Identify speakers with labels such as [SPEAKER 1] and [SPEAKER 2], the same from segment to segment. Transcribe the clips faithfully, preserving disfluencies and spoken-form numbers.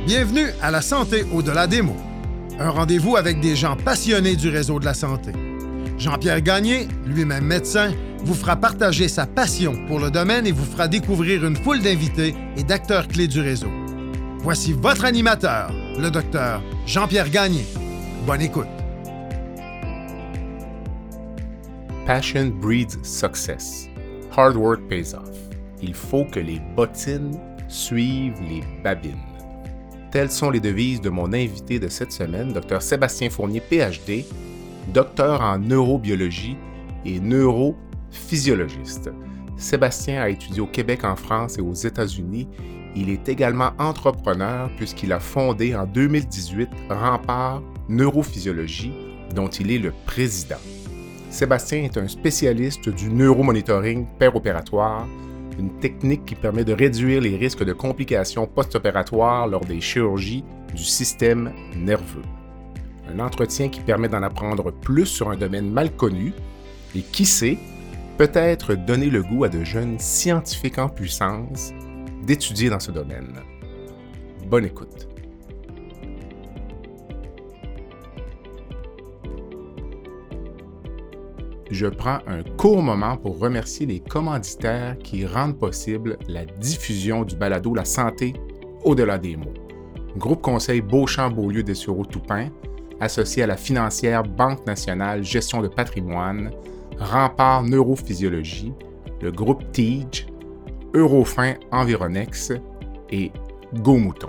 [SPEAKER 1] Bienvenue à La Santé au-delà des mots. Un rendez-vous avec des gens passionnés du réseau de la santé. Jean-Pierre Gagné, lui-même médecin, vous fera partager sa passion pour le domaine et vous fera découvrir une foule d'invités et d'acteurs clés du réseau. Voici votre animateur, le docteur Jean-Pierre Gagné. Bonne écoute.
[SPEAKER 2] Passion breeds success. Hard work pays off. Il faut que les bottines suivent les babines. Telles sont les devises de mon invité de cette semaine, docteur Sébastien Fournier, P H D, docteur en neurobiologie et neurophysiologiste. Sébastien a étudié au Québec, en France et aux États-Unis. Il est également entrepreneur puisqu'il a fondé en deux mille dix-huit Rempart Neurophysiologie, dont il est le président. Sébastien est un spécialiste du neuromonitoring péropératoire, une technique qui permet de réduire les risques de complications post-opératoires lors des chirurgies du système nerveux. Un entretien qui permet d'en apprendre plus sur un domaine mal connu et, qui sait, peut-être donner le goût à de jeunes scientifiques en puissance d'étudier dans ce domaine. Bonne écoute. Je prends un court moment pour remercier les commanditaires qui rendent possible la diffusion du balado La Santé au-delà des mots. Groupe Conseil Beauchamp-Beaulieu Dessureau-Toupin, associé à la financière Banque nationale Gestion de patrimoine, Rempart Neurophysiologie, le groupe Tige, Eurofin Environex et Go Mouton.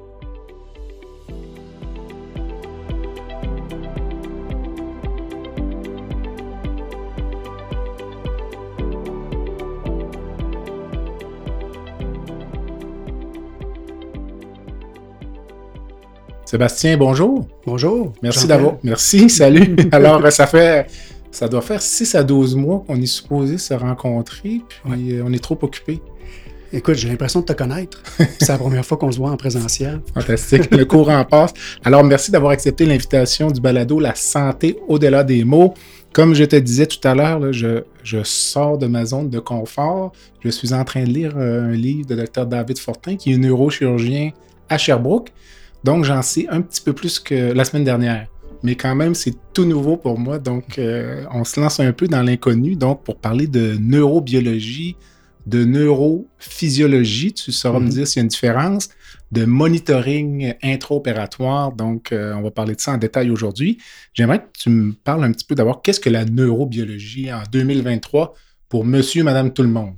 [SPEAKER 2] Sébastien, bonjour.
[SPEAKER 3] Bonjour.
[SPEAKER 2] Merci d'avoir. Merci, salut. Alors, ça fait, ça doit faire six à douze mois qu'on est supposé se rencontrer, puis ouais. On est trop occupés.
[SPEAKER 3] Écoute, j'ai l'impression de te connaître. C'est la première fois qu'on se voit en présentiel.
[SPEAKER 2] Fantastique, le courant passe. Alors, merci d'avoir accepté l'invitation du balado La Santé au-delà des mots. Comme je te disais tout à l'heure, là, je, je sors de ma zone de confort. Je suis en train de lire un livre de docteur David Fortin, qui est neurochirurgien à Sherbrooke. Donc, j'en sais un petit peu plus que la semaine dernière. Mais quand même, c'est tout nouveau pour moi. Donc, euh, on se lance un peu dans l'inconnu. Donc, pour parler de neurobiologie, de neurophysiologie, tu sauras mm-hmm. me dire s'il y a une différence, de monitoring intra-opératoire. Donc, euh, on va parler de ça en détail aujourd'hui. J'aimerais que tu me parles un petit peu d'abord, qu'est-ce que la neurobiologie en deux mille vingt-trois pour monsieur, madame, tout le monde?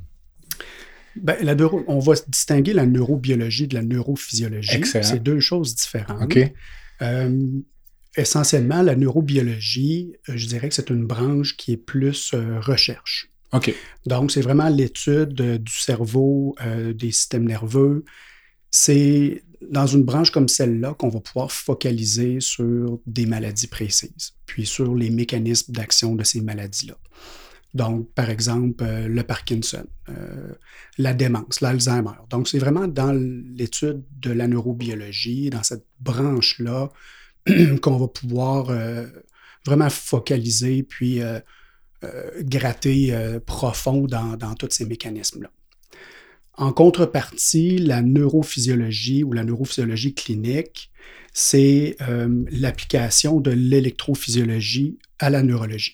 [SPEAKER 3] Ben, la neuro, on va distinguer la neurobiologie de la neurophysiologie.
[SPEAKER 2] Excellent.
[SPEAKER 3] C'est deux choses différentes.
[SPEAKER 2] OK.
[SPEAKER 3] Euh, essentiellement, la neurobiologie, je dirais que c'est une branche qui est plus euh, recherche.
[SPEAKER 2] OK.
[SPEAKER 3] Donc, c'est vraiment l'étude euh, du cerveau, euh, des systèmes nerveux. C'est dans une branche comme celle-là qu'on va pouvoir focaliser sur des maladies précises, puis sur les mécanismes d'action de ces maladies-là. Donc, par exemple, euh, le Parkinson, euh, la démence, l'Alzheimer. Donc, c'est vraiment dans l'étude de la neurobiologie, dans cette branche-là, qu'on va pouvoir euh, vraiment focaliser puis euh, euh, gratter euh, profond dans, dans tous ces mécanismes-là. En contrepartie, la neurophysiologie ou la neurophysiologie clinique, c'est euh, l'application de l'électrophysiologie à la neurologie.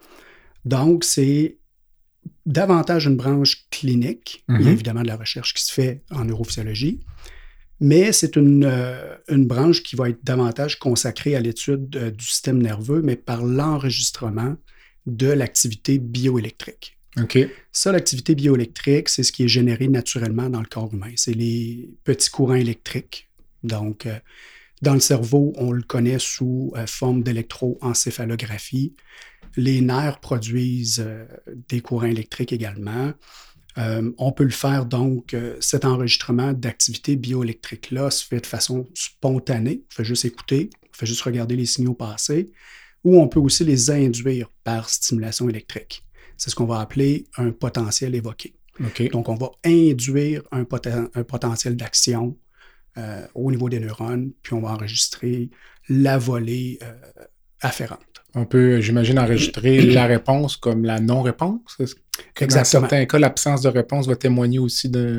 [SPEAKER 3] Donc, c'est davantage une branche clinique. Mm-hmm. Il y a évidemment de la recherche qui se fait en neurophysiologie, mais c'est une, euh, une branche qui va être davantage consacrée à l'étude euh, du système nerveux, mais par l'enregistrement de l'activité bioélectrique.
[SPEAKER 2] OK.
[SPEAKER 3] Ça, l'activité bioélectrique, c'est ce qui est généré naturellement dans le corps humain. C'est les petits courants électriques. Donc, euh, dans le cerveau, on le connaît sous euh, forme d'électroencéphalographie. Les nerfs produisent euh, des courants électriques également. Euh, on peut le faire, donc, euh, cet enregistrement d'activité bioélectrique-là se fait de façon spontanée. On fait juste écouter, on fait juste regarder les signaux passer, ou on peut aussi les induire par stimulation électrique. C'est ce qu'on va appeler un potentiel évoqué.
[SPEAKER 2] Okay.
[SPEAKER 3] Donc, on va induire un, poten- un potentiel d'action euh, au niveau des neurones, puis on va enregistrer la volée euh, afférente.
[SPEAKER 2] On peut, j'imagine, enregistrer la réponse comme la non-réponse.
[SPEAKER 3] Exactement.
[SPEAKER 2] Dans certains cas, l'absence de réponse va témoigner aussi de...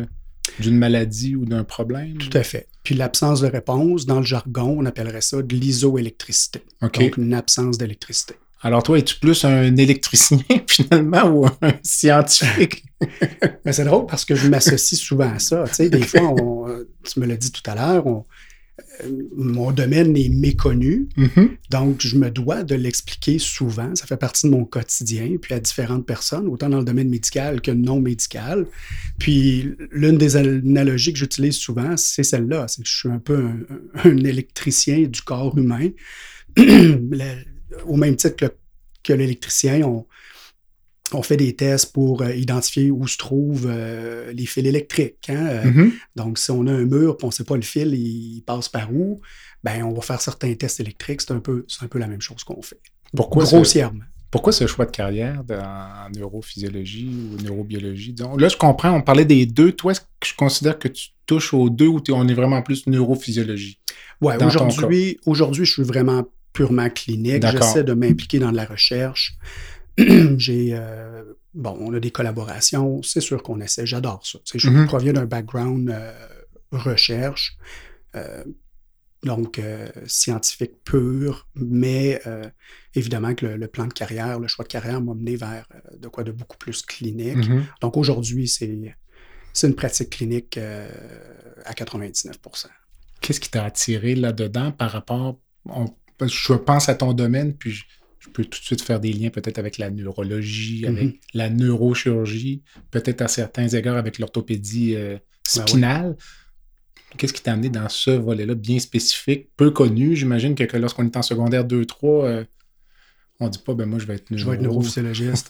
[SPEAKER 2] d'une maladie ou d'un problème?
[SPEAKER 3] Tout à fait. Puis l'absence de réponse, dans le jargon, on appellerait ça de l'isoélectricité.
[SPEAKER 2] Okay.
[SPEAKER 3] Donc, une absence d'électricité.
[SPEAKER 2] Alors toi, es-tu plus un électricien finalement ou un scientifique?
[SPEAKER 3] Ben, c'est drôle parce que je m'associe souvent à ça. Tu sais, des fois, on, tu me l'as dit tout à l'heure, on, euh, mon domaine est méconnu,
[SPEAKER 2] Mm-hmm.
[SPEAKER 3] donc je me dois de l'expliquer souvent. Ça fait partie de mon quotidien, puis à différentes personnes, autant dans le domaine médical que non médical. Puis l'une des analogies que j'utilise souvent, c'est celle-là. C'est que je suis un peu un, un électricien du corps humain. Le, au même titre que, que l'électricien, on, on fait des tests pour euh, identifier où se trouvent euh, les fils électriques. Hein? Euh,
[SPEAKER 2] Mm-hmm.
[SPEAKER 3] Donc, si on a un mur et on ne sait pas le fil, il passe par où, ben, on va faire certains tests électriques. C'est un peu, c'est un peu la même chose qu'on fait.
[SPEAKER 2] Pourquoi
[SPEAKER 3] Grossièrement.
[SPEAKER 2] Ce, pourquoi ce choix de carrière de, en neurophysiologie ou neurobiologie? Disons? Là, je comprends, on parlait des deux. Toi, est-ce que je considère que tu touches aux deux ou on est vraiment plus neurophysiologie?
[SPEAKER 3] Oui, aujourd'hui, aujourd'hui, je suis vraiment purement clinique.
[SPEAKER 2] D'accord.
[SPEAKER 3] J'essaie de m'impliquer dans de la recherche. J'ai, euh, bon, on a des collaborations. C'est sûr qu'on essaie. J'adore ça. Tu sais, je
[SPEAKER 2] Mm-hmm.
[SPEAKER 3] proviens d'un background euh, recherche, euh, donc euh, scientifique pur, mais euh, évidemment que le, le plan de carrière, le choix de carrière m'a mené vers euh, de quoi de beaucoup plus clinique.
[SPEAKER 2] Mm-hmm.
[SPEAKER 3] Donc aujourd'hui, c'est, c'est une pratique clinique euh, à quatre-vingt-dix-neuf pour cent.
[SPEAKER 2] Qu'est-ce qui t'a attiré là-dedans par rapport... On, je pense à ton domaine, puis je, je peux tout de suite faire des liens peut-être avec la neurologie, avec mm-hmm. la neurochirurgie, peut-être à certains égards avec l'orthopédie euh, spinale. Ben oui. Qu'est-ce qui t'a amené dans ce volet-là bien spécifique, peu connu? J'imagine que, que lorsqu'on est en secondaire deux trois, euh, on ne dit pas, ben moi, je vais être neuro.
[SPEAKER 3] Je vais être neurophysiologiste.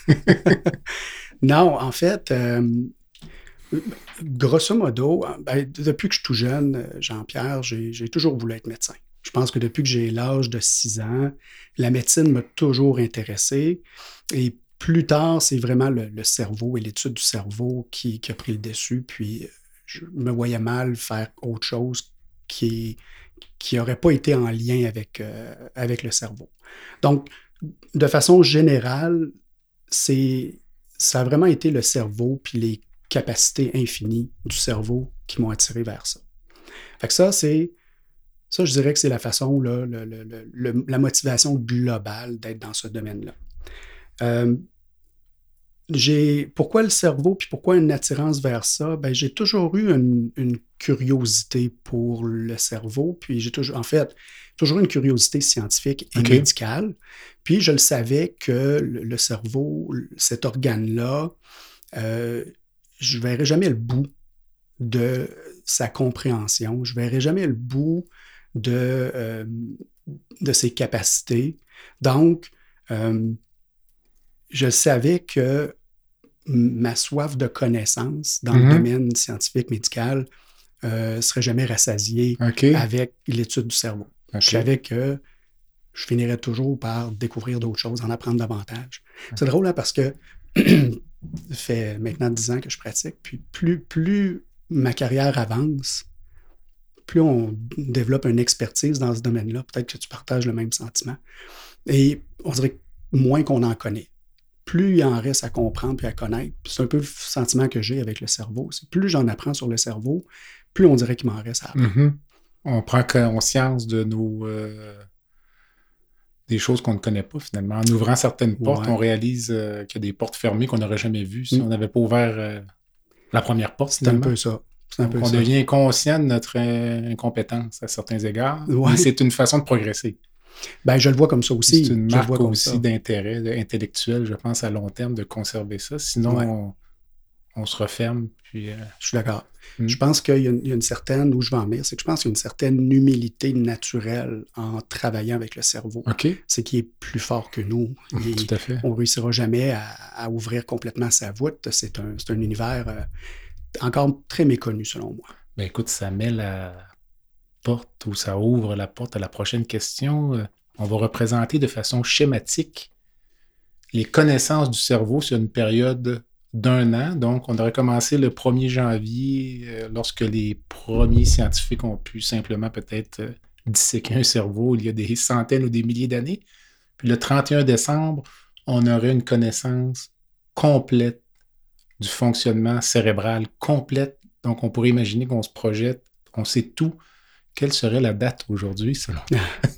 [SPEAKER 3] Non, en fait... Euh, grosso modo, ben, depuis que je suis tout jeune, Jean-Pierre, j'ai, j'ai toujours voulu être médecin. Je pense que depuis que j'ai l'âge de six ans, la médecine m'a toujours intéressé. Et plus tard, c'est vraiment le, le cerveau et l'étude du cerveau qui, qui a pris le dessus. Puis, je me voyais mal faire autre chose qui qui n'aurait pas été en lien avec, euh, avec le cerveau. Donc, de façon générale, c'est, ça a vraiment été le cerveau puis les capacités infinies du cerveau qui m'ont attiré vers ça. Fait que ça, c'est... Ça, je dirais que c'est la façon, là, le, le, le, la motivation globale d'être dans ce domaine-là. Euh, j'ai, pourquoi le cerveau, puis pourquoi une attirance vers ça? Ben, j'ai toujours eu une, une curiosité pour le cerveau, puis j'ai toujours, en fait, toujours une curiosité scientifique et
[SPEAKER 2] okay.
[SPEAKER 3] médicale. Puis je le savais que le, le cerveau, cet organe-là, euh, je ne verrai jamais le bout de sa compréhension, je ne verrai jamais le bout de, euh, de ses capacités. Donc, euh, je savais que ma soif de connaissance dans mm-hmm. le domaine scientifique, médical, ne euh, serait jamais rassasiée
[SPEAKER 2] okay.
[SPEAKER 3] avec l'étude du cerveau. Okay. Je savais que je finirais toujours par découvrir d'autres choses, en apprendre davantage. Okay. C'est drôle, hein, parce que ça fait maintenant dix ans que je pratique, puis plus, plus ma carrière avance, plus on développe une expertise dans ce domaine-là, peut-être que tu partages le même sentiment. Et on dirait que moins qu'on en connaît, plus il en reste à comprendre puis à connaître. Puis c'est un peu le sentiment que j'ai avec le cerveau. C'est plus j'en apprends sur le cerveau, plus on dirait qu'il m'en reste à apprendre.
[SPEAKER 2] Mm-hmm. On prend conscience de nos... Euh, des choses qu'on ne connaît pas, finalement. En ouvrant certaines portes, ouais. on réalise euh, qu'il y a des portes fermées qu'on n'aurait jamais vues si mm. on n'avait pas ouvert euh, la première porte.
[SPEAKER 3] C'est un peu ça. C'est un
[SPEAKER 2] Donc,
[SPEAKER 3] peu
[SPEAKER 2] on
[SPEAKER 3] ça.
[SPEAKER 2] devient conscient de notre euh, incompétence à certains égards.
[SPEAKER 3] Ouais.
[SPEAKER 2] Mais c'est une façon de progresser.
[SPEAKER 3] Ben, je le vois comme ça aussi.
[SPEAKER 2] C'est une
[SPEAKER 3] je
[SPEAKER 2] marque
[SPEAKER 3] le vois
[SPEAKER 2] aussi d'intérêt intellectuel, je pense, à long terme, de conserver ça. Sinon, ouais. on, on se referme. Puis, euh...
[SPEAKER 3] Je suis d'accord. Mm. Je pense qu'il y a, une, il y a une certaine, où je vais en venir, c'est que je pense qu'il y a une certaine humilité naturelle en travaillant avec le cerveau.
[SPEAKER 2] Okay.
[SPEAKER 3] C'est qu'il est plus fort que nous. Il,
[SPEAKER 2] Tout à fait.
[SPEAKER 3] On ne réussira jamais à, à ouvrir complètement sa voûte. C'est un, c'est un univers euh, encore très méconnu, selon moi.
[SPEAKER 2] Ben écoute, ça met la porte ou ça ouvre la porte à la prochaine question. On va représenter de façon schématique les connaissances du cerveau sur une période d'un an. Donc, on aurait commencé le premier janvier euh, lorsque les premiers scientifiques ont pu simplement peut-être euh, disséquer un cerveau il y a des centaines ou des milliers d'années. Puis le trente et un décembre, on aurait une connaissance complète du fonctionnement cérébral, complète Donc, on pourrait imaginer qu'on se projette, on sait tout. Quelle serait la date aujourd'hui, selon toi?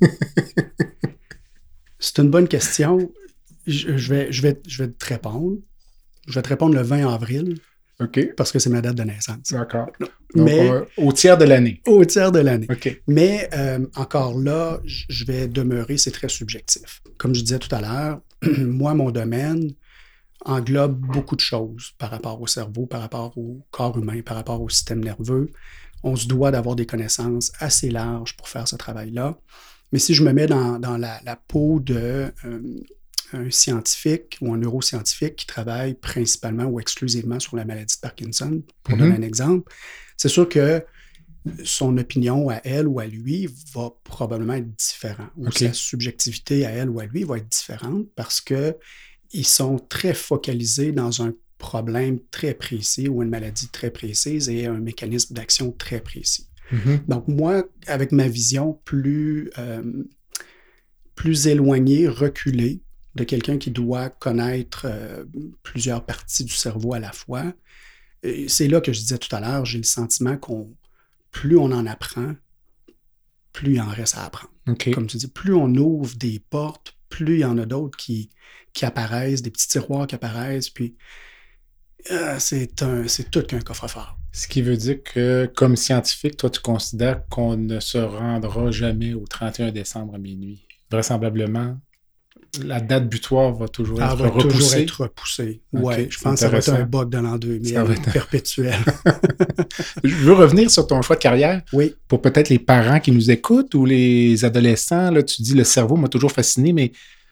[SPEAKER 3] C'est une bonne question. Je, je, vais, je, vais, je vais te répondre. Je vais te répondre le vingt avril.
[SPEAKER 2] OK.
[SPEAKER 3] Parce que c'est ma date de naissance.
[SPEAKER 2] D'accord. Donc,
[SPEAKER 3] Mais,
[SPEAKER 2] va, au tiers de l'année.
[SPEAKER 3] Au tiers de l'année.
[SPEAKER 2] OK.
[SPEAKER 3] Mais euh, encore là, je vais demeurer, c'est très subjectif. Comme je disais tout à l'heure, moi, mon domaine englobe beaucoup de choses par rapport au cerveau, par rapport au corps humain, par rapport au système nerveux. On se doit d'avoir des connaissances assez larges pour faire ce travail-là. Mais si je me mets dans, dans la, la peau de... Euh, un scientifique ou un neuroscientifique qui travaille principalement ou exclusivement sur la maladie de Parkinson, pour mm-hmm. donner un exemple, c'est sûr que son opinion à elle ou à lui va probablement être différente. Ou okay. Sa subjectivité à elle ou à lui va être différente parce qu'ils sont très focalisés dans un problème très précis ou une maladie très précise et un mécanisme d'action très précis. Mm-hmm. Donc moi, avec ma vision plus, euh, plus éloignée, reculée, de quelqu'un qui doit connaître euh, plusieurs parties du cerveau à la fois. Et c'est là que je disais tout à l'heure, j'ai le sentiment qu'on plus on en apprend, plus il en reste à apprendre.
[SPEAKER 2] Okay.
[SPEAKER 3] Comme tu dis, plus on ouvre des portes, plus il y en a d'autres qui, qui apparaissent, des petits tiroirs qui apparaissent, puis euh, c'est, un, c'est tout qu'un coffre-fort.
[SPEAKER 2] Ce qui veut dire que, comme scientifique, toi, tu considères qu'on ne se rendra jamais au trente et un décembre à minuit. Vraisemblablement, la date butoir va toujours
[SPEAKER 3] ah,
[SPEAKER 2] être
[SPEAKER 3] va
[SPEAKER 2] repoussée.
[SPEAKER 3] toujours être repoussée. Oui, okay, je pense que ça va être un bug de l'an deux mille, ça va être perpétuel.
[SPEAKER 2] Je veux revenir sur ton choix de carrière.
[SPEAKER 3] Oui.
[SPEAKER 2] Pour peut-être les parents qui nous écoutent ou les adolescents. Là, tu dis le cerveau m'a toujours fasciné, mais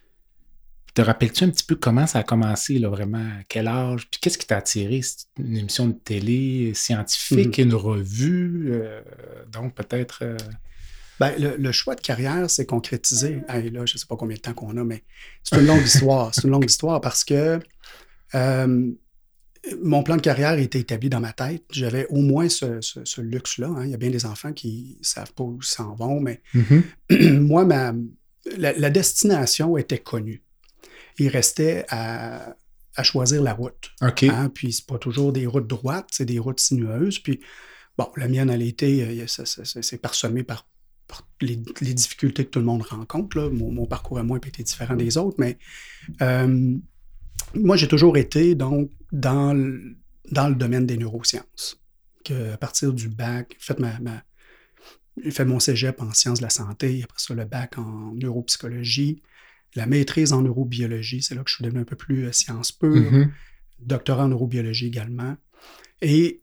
[SPEAKER 2] te rappelles-tu un petit peu comment ça a commencé, là, vraiment? À quel âge? Puis qu'est-ce qui t'a attiré? C'est une émission de télé scientifique, mm-hmm. une revue? Euh, donc peut-être... Euh...
[SPEAKER 3] Ben, le, le choix de carrière s'est concrétisé. Hey, là, je ne sais pas combien de temps qu'on a, mais c'est une longue histoire. C'est une longue histoire parce que euh, mon plan de carrière était établi dans ma tête. J'avais au moins ce, ce, ce luxe-là. Hein. Il y a bien des enfants qui ne savent pas où ils s'en vont, mais mm-hmm. moi, ma, la, la destination était connue. Il restait à, à choisir la route.
[SPEAKER 2] Okay.
[SPEAKER 3] Hein. Puis, ce n'est pas toujours des routes droites, c'est des routes sinueuses. Puis, bon, la mienne, elle a été, ça, ça, ça, c'est parsemé par Les, les difficultés que tout le monde rencontre. Là. Mon, mon parcours à moi a été différent des autres, mais euh, moi, j'ai toujours été donc dans le, dans le domaine des neurosciences. Que, à partir du bac, j'ai fait, ma, ma, j'ai fait mon cégep en sciences de la santé, après ça, le bac en neuropsychologie, la maîtrise en neurobiologie, c'est là que je suis devenu un peu plus euh, sciences pures, mm-hmm. doctorat en neurobiologie également. Et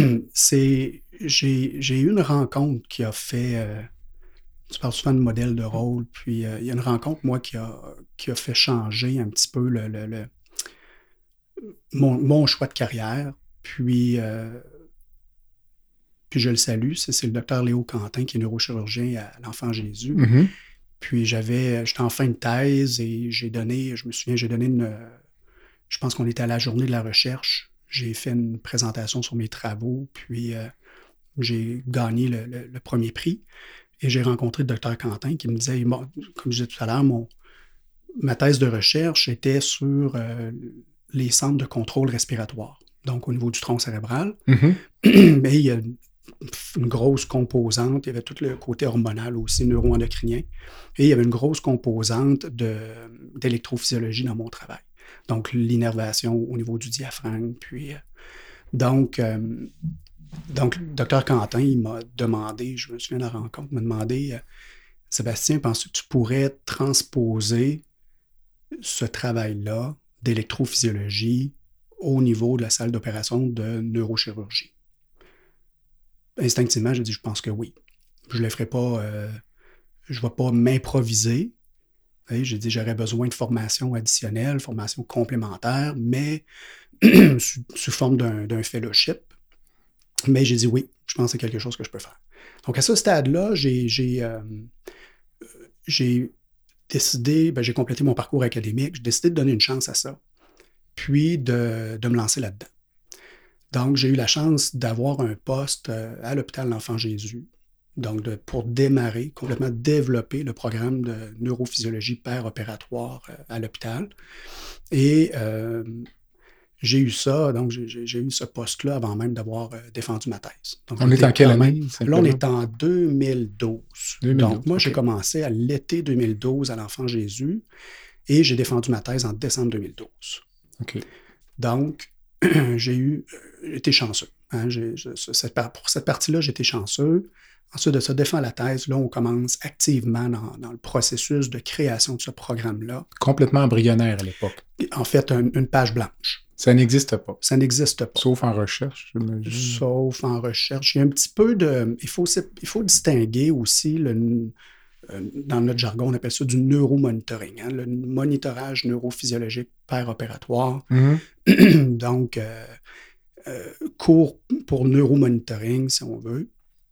[SPEAKER 3] c'est, j'ai, j'ai eu une rencontre qui a fait... Euh, Tu parles souvent de modèle de rôle, puis euh, il y a une rencontre, moi, qui a, qui a fait changer un petit peu le, le, le, mon, mon choix de carrière. Puis, euh, puis je le salue, c'est, c'est le docteur Léo Quentin, qui est neurochirurgien à l'Enfant Jésus.
[SPEAKER 2] Mm-hmm.
[SPEAKER 3] Puis j'avais, j'étais en fin de thèse et j'ai donné, je me souviens, j'ai donné une, je pense qu'on était à la journée de la recherche. J'ai fait une présentation sur mes travaux, puis euh, j'ai gagné le, le, le premier prix. Et j'ai rencontré le docteur Quentin qui me disait, bon, comme je disais tout à l'heure, mon, ma thèse de recherche était sur euh, les centres de contrôle respiratoire, donc au niveau du tronc cérébral. Mm-hmm. Mais il y a une, une grosse composante, il y avait tout le côté hormonal aussi, neuro-endocrinien, et il y avait une grosse composante de, d'électrophysiologie dans mon travail. Donc l'innervation au niveau du diaphragme. Puis, euh, donc... Euh, Donc, le docteur Quentin, il m'a demandé, je me souviens de la rencontre, il m'a demandé, Sébastien, penses-tu que tu pourrais transposer ce travail-là d'électrophysiologie au niveau de la salle d'opération de neurochirurgie? Instinctivement, j'ai dit, je pense que oui. Je ne le ferai pas, euh, je ne vais pas m'improviser. J'ai dit, j'aurais besoin de formation additionnelle, formation complémentaire, mais sous, sous forme d'un, d'un fellowship. Mais j'ai dit oui, je pense que c'est quelque chose que je peux faire. Donc, à ce stade-là, j'ai, j'ai, euh, j'ai décidé, ben, j'ai complété mon parcours académique, j'ai décidé de donner une chance à ça, puis de, de me lancer là-dedans. Donc, j'ai eu la chance d'avoir un poste à l'hôpital L'Enfant Jésus, donc de, pour démarrer, complètement développer le programme de neurophysiologie père-opératoire à l'hôpital. Et... Euh, j'ai eu ça, donc j'ai, j'ai eu ce poste-là avant même d'avoir euh, défendu ma thèse. Donc,
[SPEAKER 2] on est en quelle année?
[SPEAKER 3] Là, on est en deux mille douze.
[SPEAKER 2] deux mille douze
[SPEAKER 3] Donc, moi, okay. J'ai commencé à l'été deux mille douze à l'Enfant Jésus et j'ai défendu ma thèse en décembre deux mille douze.
[SPEAKER 2] OK.
[SPEAKER 3] Donc, j'ai eu, j'ai été chanceux. Hein, j'ai, je, cette, pour cette partie-là, j'ai été chanceux. Ensuite de ça, défendre la thèse, là, on commence activement dans, dans le processus de création de ce programme-là.
[SPEAKER 2] Complètement embryonnaire à l'époque.
[SPEAKER 3] En fait, un, une page blanche.
[SPEAKER 2] Ça n'existe pas.
[SPEAKER 3] Ça n'existe pas.
[SPEAKER 2] Sauf en recherche, j'imagine.
[SPEAKER 3] Sauf en recherche. Il y a un petit peu de... Il faut, il faut distinguer aussi, le, dans notre jargon, on appelle ça du neuromonitoring, hein, le monitorage neurophysiologique per-opératoire. Mm-hmm. Donc, euh, euh, cours pour neuromonitoring, si on veut.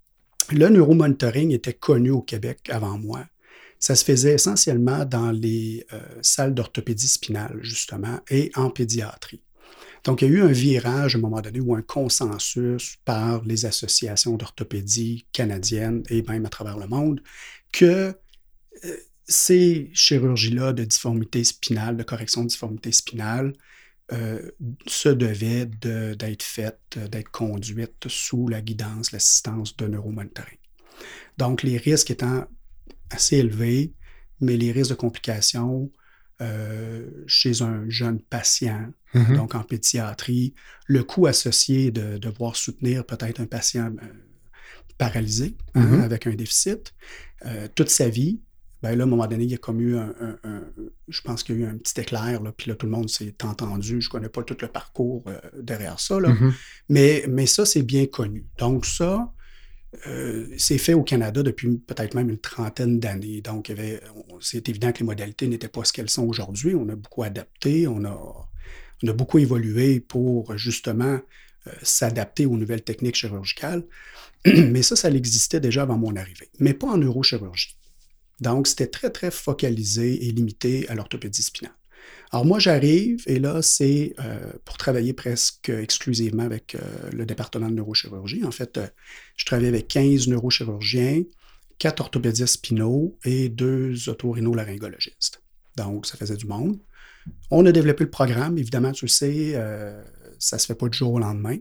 [SPEAKER 3] Le neuromonitoring était connu au Québec avant moi. Ça se faisait essentiellement dans les euh, salles d'orthopédie spinale, justement, et en pédiatrie. Donc, il y a eu un virage à un moment donné ou un consensus par les associations d'orthopédie canadiennes et même à travers le monde que euh, ces chirurgies-là de difformité spinale, de correction de difformité spinale, Euh, se devait de, d'être faite, d'être conduite sous la guidance, l'assistance de neuromonitoring. Donc, les risques étant assez élevés, mais les risques de complications euh, chez un jeune patient, mm-hmm. donc en pédiatrie, le coût associé de devoir soutenir peut-être un patient euh, paralysé, hein, mm-hmm. avec un déficit, euh, toute sa vie, ben là, à un moment donné, il y a comme eu un, un, un je pense qu'il y a eu un petit éclair, là, puis là, tout le monde s'est entendu. Je ne connais pas tout le parcours euh, derrière ça, là, mm-hmm. mais, mais ça, c'est bien connu. Donc ça, euh, c'est fait au Canada depuis peut-être même une trentaine d'années. Donc, il y avait, on, c'est évident que les modalités n'étaient pas ce qu'elles sont aujourd'hui. On a beaucoup adapté, on a, on a beaucoup évolué pour justement euh, s'adapter aux nouvelles techniques chirurgicales. Mais ça, ça existait déjà avant mon arrivée, mais pas en neurochirurgie. Donc, c'était très, très focalisé et limité à l'orthopédie spinale. Alors, moi, j'arrive et là, c'est euh, pour travailler presque exclusivement avec euh, le département de neurochirurgie. En fait, euh, je travaille avec quinze neurochirurgiens, quatre orthopédistes spinaux et deux otorhinolaryngologistes. Donc, ça faisait du monde. On a développé le programme. Évidemment, tu le sais, euh, ça ne se fait pas du jour au lendemain.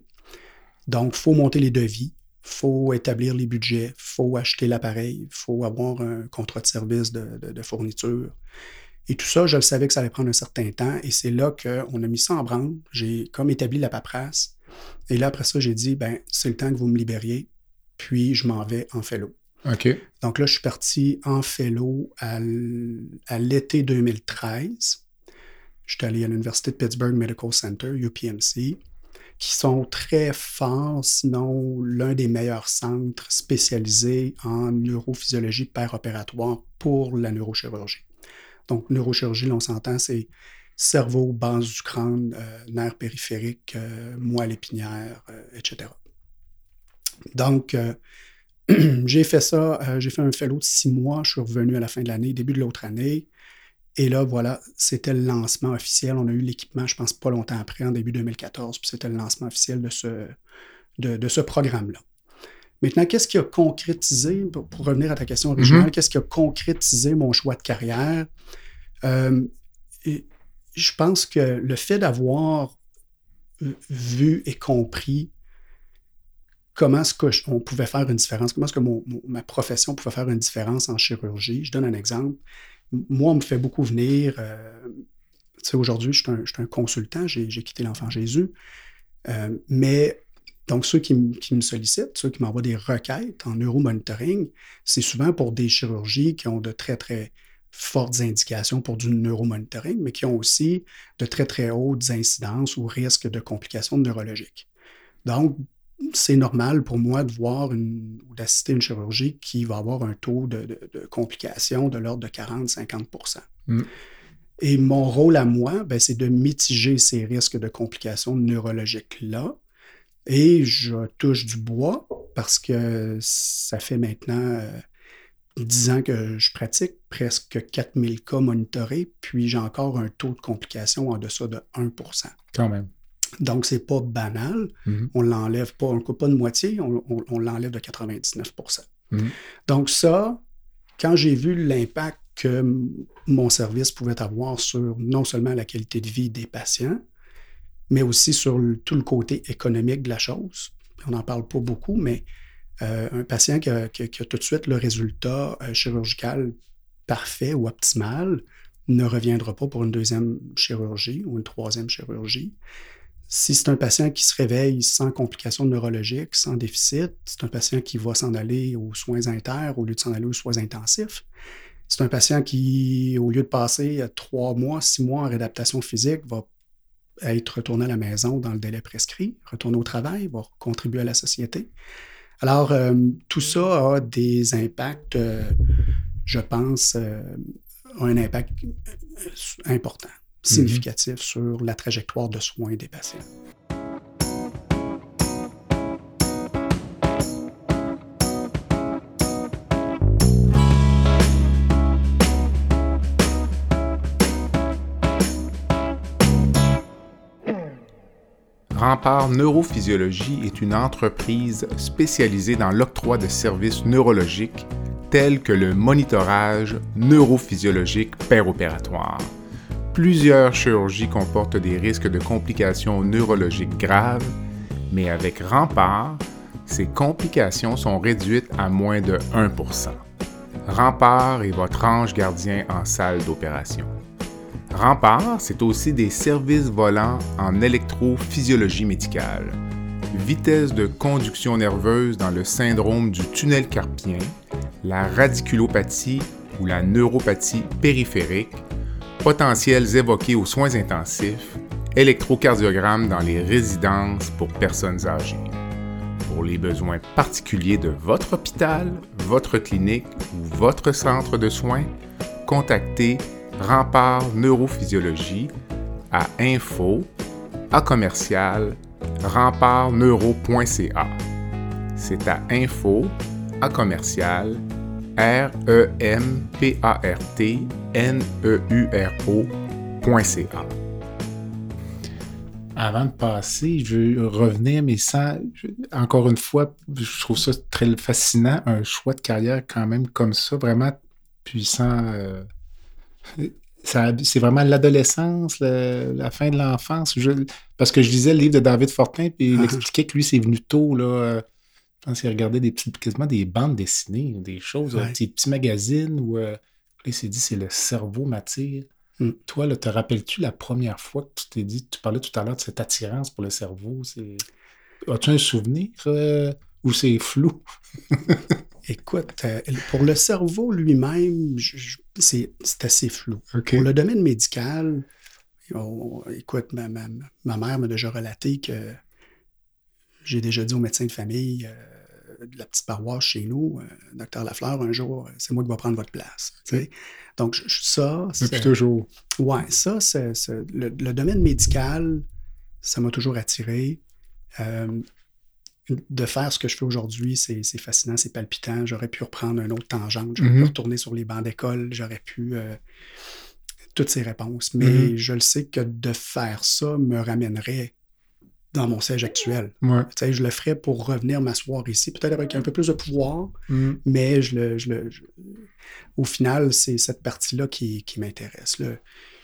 [SPEAKER 3] Donc, il faut monter les devis. Il faut établir les budgets, il faut acheter l'appareil, il faut avoir un contrat de service de, de, de fourniture. Et tout ça, je le savais que ça allait prendre un certain temps et c'est là qu'on a mis ça en branle. J'ai comme établi la paperasse. Et là, après ça, j'ai dit, ben c'est le temps que vous me libériez, puis je m'en vais en fellow.
[SPEAKER 2] OK.
[SPEAKER 3] Donc là, je suis parti en fellow à, à l'été deux mille treize. Je suis allé à l'Université de Pittsburgh Medical Center, U P M C, qui sont très forts, sinon l'un des meilleurs centres spécialisés en neurophysiologie per-opératoire pour la neurochirurgie. Donc, neurochirurgie, là, on s'entend, c'est cerveau, base du crâne, euh, nerfs périphériques, euh, moelle épinière, euh, et cetera. Donc, euh, j'ai fait ça, euh, j'ai fait un fellow de six mois, je suis revenu à la fin de l'année, début de l'autre année. Et là, voilà, c'était le lancement officiel. On a eu l'équipement, je pense, pas longtemps après, en début deux mille quatorze, puis c'était le lancement officiel de ce, de, de ce programme-là. Maintenant, qu'est-ce qui a concrétisé, pour, pour revenir à ta question originale, mm-hmm. qu'est-ce qui a concrétisé mon choix de carrière? Euh, et je pense que le fait d'avoir vu et compris comment est-ce qu'on pouvait faire une différence, comment est-ce que mon, mon, ma profession pouvait faire une différence en chirurgie. Je donne un exemple. Moi, on me fait beaucoup venir. Euh, tu sais, aujourd'hui, je suis un, je suis un consultant, j'ai, j'ai quitté l'Enfant Jésus. Euh, mais, donc, ceux qui, m- qui me sollicitent, ceux qui m'envoient des requêtes en neuromonitoring, c'est souvent pour des chirurgies qui ont de très, très fortes indications pour du neuromonitoring, mais qui ont aussi de très, très hautes incidences ou risques de complications neurologiques. Donc, c'est normal pour moi de voir une, ou d'assister à une chirurgie qui va avoir un taux de, de, de complications de l'ordre de quarante à cinquante pour cent. Mm. Et mon rôle à moi, ben, c'est de mitiger ces risques de complications neurologiques-là. Et je touche du bois parce que ça fait maintenant euh, dix ans que je pratique, presque quatre mille cas monitorés, puis j'ai encore un taux de complications en deçà de un pour cent.
[SPEAKER 2] Quand même.
[SPEAKER 3] Donc, c'est pas banal. Mm-hmm. On ne l'enlève pas, on ne coupe pas de moitié, on, on, on l'enlève de quatre-vingt-dix-neuf pour cent. Mm-hmm. Donc, ça, quand j'ai vu l'impact que m- mon service pouvait avoir sur non seulement la qualité de vie des patients, mais aussi sur le, tout le côté économique de la chose. On n'en parle pas beaucoup, mais euh, un patient qui a, qui, a, qui a tout de suite le résultat euh, chirurgical parfait ou optimal ne reviendra pas pour une deuxième chirurgie ou une troisième chirurgie. Si c'est un patient qui se réveille sans complications neurologiques, sans déficit, c'est un patient qui va s'en aller aux soins inter au lieu de s'en aller aux soins intensifs. C'est un patient qui, au lieu de passer trois mois, six mois en réadaptation physique, va être retourné à la maison dans le délai prescrit, retourner au travail, va contribuer à la société. Alors, euh, tout ça a des impacts, euh, je pense, euh, a un impact important, significatif mm-hmm. sur la trajectoire de soins des patients.
[SPEAKER 2] Rempart Neurophysiologie est une entreprise spécialisée dans l'octroi de services neurologiques tels que le monitorage neurophysiologique péropératoire. Plusieurs chirurgies comportent des risques de complications neurologiques graves, mais avec Rempart, ces complications sont réduites à moins de un pour cent. Rempart est votre ange gardien en salle d'opération. Rempart, c'est aussi des services volants en électrophysiologie médicale, vitesse de conduction nerveuse dans le syndrome du tunnel carpien, la radiculopathie ou la neuropathie périphérique, potentiels évoqués aux soins intensifs, électrocardiogramme dans les résidences pour personnes âgées. Pour les besoins particuliers de votre hôpital, votre clinique ou votre centre de soins, contactez Rempart Neurophysiologie à info à commercial rempartneuro point c a. C'est à info à commercial r e m p a r t n e u r o point c a.
[SPEAKER 4] Avant de passer, je veux revenir, mais sans... Encore une fois, je trouve ça très fascinant, un choix de carrière quand même comme ça, vraiment puissant... Euh... Ça, c'est vraiment l'adolescence, le, la fin de l'enfance. Je, parce que je lisais le livre de David Fortin, puis il expliquait que lui, c'est venu tôt. Là, je pense qu'il regardait des petits, quasiment des bandes dessinées, des choses, ouais. des petits magazines où euh, il s'est dit c'est le cerveau m'attire. Mm. Toi, là, te rappelles-tu la première fois que tu t'es dit, tu parlais tout à l'heure de cette attirance pour le cerveau? C'est... As-tu un souvenir euh, ou c'est flou?
[SPEAKER 3] Écoute, euh, pour le cerveau lui-même, je, je, c'est, c'est assez flou.
[SPEAKER 4] Okay.
[SPEAKER 3] Pour le domaine médical, on, écoute, ma, ma, ma mère m'a déjà relaté que j'ai déjà dit au médecin de famille euh, de la petite paroisse chez nous, euh, docteur Lafleur, un jour, c'est moi qui vais prendre votre place. Okay. Donc, je, ça...
[SPEAKER 4] Depuis c'est, toujours.
[SPEAKER 3] Oui, ça, c'est, c'est, le, le domaine médical, ça m'a toujours attiré. Euh, De faire ce que je fais aujourd'hui, c'est, c'est fascinant, c'est palpitant. J'aurais pu reprendre une autre tangente, j'aurais mm-hmm. pu retourner sur les bancs d'école, j'aurais pu... Euh, toutes ces réponses. Mais mm-hmm. je le sais que de faire ça me ramènerait dans mon siège actuel.
[SPEAKER 4] Ouais.
[SPEAKER 3] Tu sais, je le ferais pour revenir m'asseoir ici, peut-être avec un peu plus de pouvoir,
[SPEAKER 4] mm-hmm.
[SPEAKER 3] mais je le, je le, je... au final, c'est cette partie-là qui, qui m'intéresse. Le...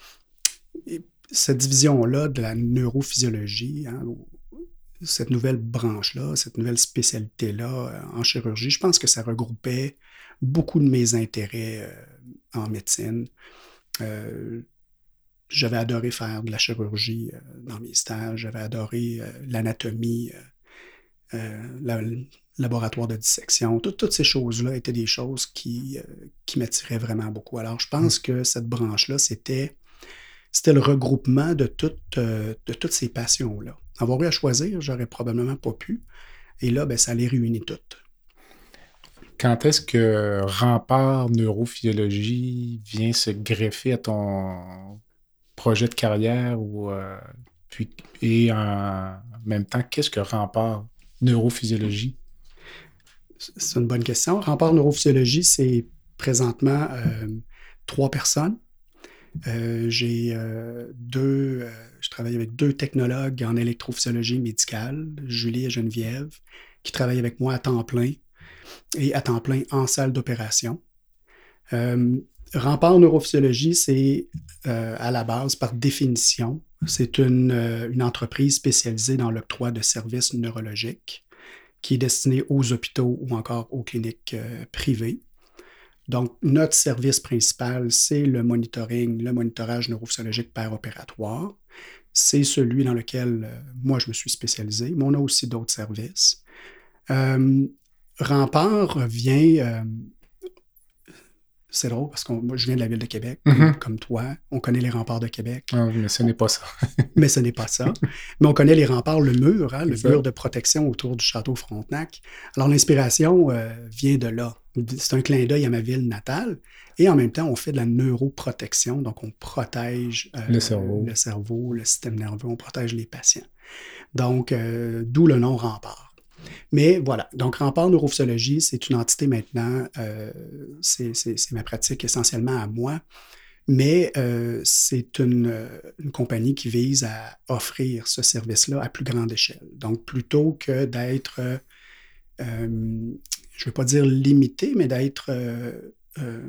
[SPEAKER 3] Cette division-là de la neurophysiologie, hein, cette nouvelle branche-là, cette nouvelle spécialité-là en chirurgie, je pense que ça regroupait beaucoup de mes intérêts euh, en médecine. Euh, j'avais adoré faire de la chirurgie euh, dans mes stages, j'avais adoré euh, l'anatomie, euh, euh, le laboratoire de dissection. Tout, toutes ces choses-là étaient des choses qui, euh, qui m'attiraient vraiment beaucoup. Alors, je pense mmh. que cette branche-là, c'était, c'était le regroupement de, tout, euh, de toutes ces passions-là. Avoir eu à choisir, j'aurais probablement pas pu. Et là, ben, ça les réunit toutes.
[SPEAKER 4] Quand est-ce que Rempart Neurophysiologie vient se greffer à ton projet de carrière ou, euh, puis, et en même temps, qu'est-ce que Rempart Neurophysiologie?
[SPEAKER 3] C'est une bonne question. Rempart Neurophysiologie, c'est présentement euh, trois personnes. Euh, j'ai euh, deux, euh, je travaille avec deux technologues en électrophysiologie médicale, Julie et Geneviève, qui travaillent avec moi à temps plein et à temps plein en salle d'opération. Euh, Rempart Neurophysiologie, c'est euh, à la base, par définition, C'est une, euh, une entreprise spécialisée dans l'octroi de services neurologiques qui est destinée aux hôpitaux ou encore aux cliniques euh, privées. Donc, notre service principal, c'est le monitoring, le monitorage neurophysiologique péropératoire. C'est celui dans lequel euh, moi, je me suis spécialisé, mais on a aussi d'autres services. Euh, Rempart vient... Euh, c'est drôle parce que moi, je viens de la ville de Québec, mm-hmm. comme toi. On connaît les remparts de Québec.
[SPEAKER 4] Ah, mais ce n'est pas ça.
[SPEAKER 3] mais ce n'est pas ça. Mais on connaît les remparts, le mur, hein, le ça. mur de protection autour du château Frontenac. Alors, l'inspiration euh, vient de là. C'est un clin d'œil à ma ville natale. Et en même temps, on fait de la neuroprotection. Donc, on protège euh,
[SPEAKER 4] le cerveau.
[SPEAKER 3] le cerveau, le système nerveux. On protège les patients. Donc, euh, d'où le nom Rempart. Mais voilà, donc Rempart Neurophysiologie, c'est une entité maintenant, euh, c'est, c'est, c'est ma pratique essentiellement à moi, mais euh, c'est une, une compagnie qui vise à offrir ce service-là à plus grande échelle. Donc, plutôt que d'être, euh, je ne vais pas dire limité, mais d'être euh, euh,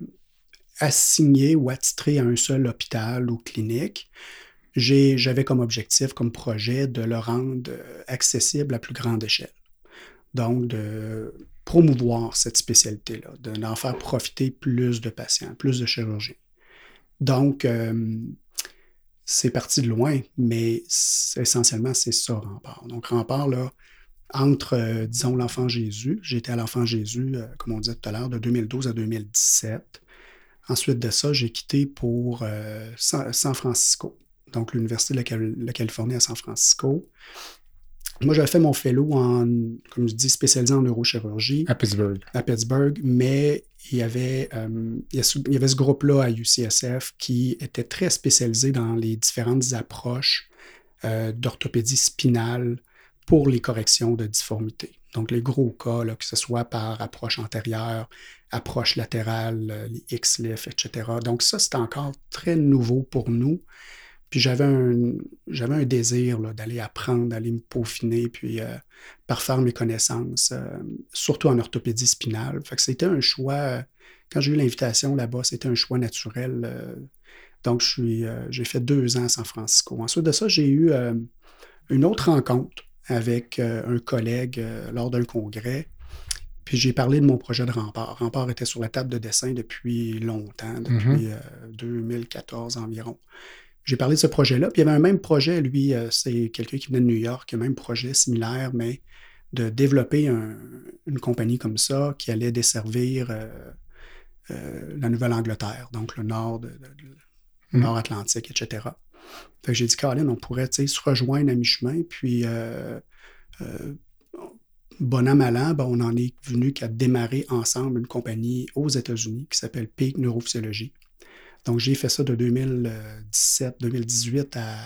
[SPEAKER 3] assigné ou attitré à un seul hôpital ou clinique, j'ai, j'avais comme objectif, comme projet, de le rendre accessible à plus grande échelle. Donc, de promouvoir cette spécialité-là, d'en faire profiter plus de patients, plus de chirurgiens. Donc, euh, c'est parti de loin, mais c'est, essentiellement, c'est ça, Rempart. Donc, Rempart, là, entre, euh, disons, l'Enfant Jésus, j'étais à l'Enfant Jésus, euh, comme on disait tout à l'heure, de deux mille douze à deux mille dix-sept. Ensuite de ça, j'ai quitté pour euh, San, San Francisco, donc l'Université de la, Cal- la Californie à San Francisco. Moi, j'avais fait mon fellow en, comme je dis, spécialisé en neurochirurgie.
[SPEAKER 4] À Pittsburgh.
[SPEAKER 3] À Pittsburgh, mais il y avait, euh, il y avait ce groupe-là à U C S F qui était très spécialisé dans les différentes approches euh, d'orthopédie spinale pour les corrections de difformité. Donc, les gros cas, là, que ce soit par approche antérieure, approche latérale, les X-L I F, et cetera. Donc, ça, c'était encore très nouveau pour nous. Puis j'avais un, j'avais un désir là, d'aller apprendre, d'aller me peaufiner, puis euh, parfaire mes connaissances, euh, surtout en orthopédie spinale. Fait que c'était un choix, euh, quand j'ai eu l'invitation là-bas, c'était un choix naturel. Euh, donc, je suis, euh, j'ai fait deux ans à San Francisco. Ensuite de ça, j'ai eu euh, une autre rencontre avec euh, un collègue euh, lors d'un congrès. Puis j'ai parlé de mon projet de Rempart. Rempart était sur la table de dessin depuis longtemps, depuis mm-hmm. euh, deux mille quatorze environ. J'ai parlé de ce projet-là, puis il y avait un même projet, lui, euh, c'est quelqu'un qui venait de New York, un même projet similaire, mais de développer un, une compagnie comme ça qui allait desservir euh, euh, la Nouvelle-Angleterre, donc le nord, de, de, de, mmh. nord Atlantique, et cetera. Fait que j'ai dit, Colin, on pourrait se rejoindre à mi-chemin, puis euh, euh, bon an, mal an, ben, on en est venu qu'à démarrer ensemble une compagnie aux États-Unis qui s'appelle Peak Neurophysiologie. Donc, j'ai fait ça de deux mille dix-sept deux mille dix-huit à...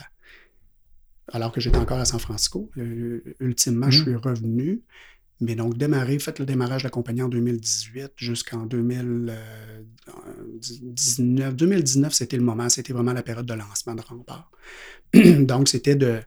[SPEAKER 3] alors que j'étais encore à San Francisco. Euh, ultimement, mmh. je suis revenu. Mais donc, démarrer, fait le démarrage de la compagnie en deux mille dix-huit jusqu'en deux mille dix-neuf. deux mille dix-neuf, c'était le moment, c'était vraiment la période de lancement de Rempart. Donc, c'était de,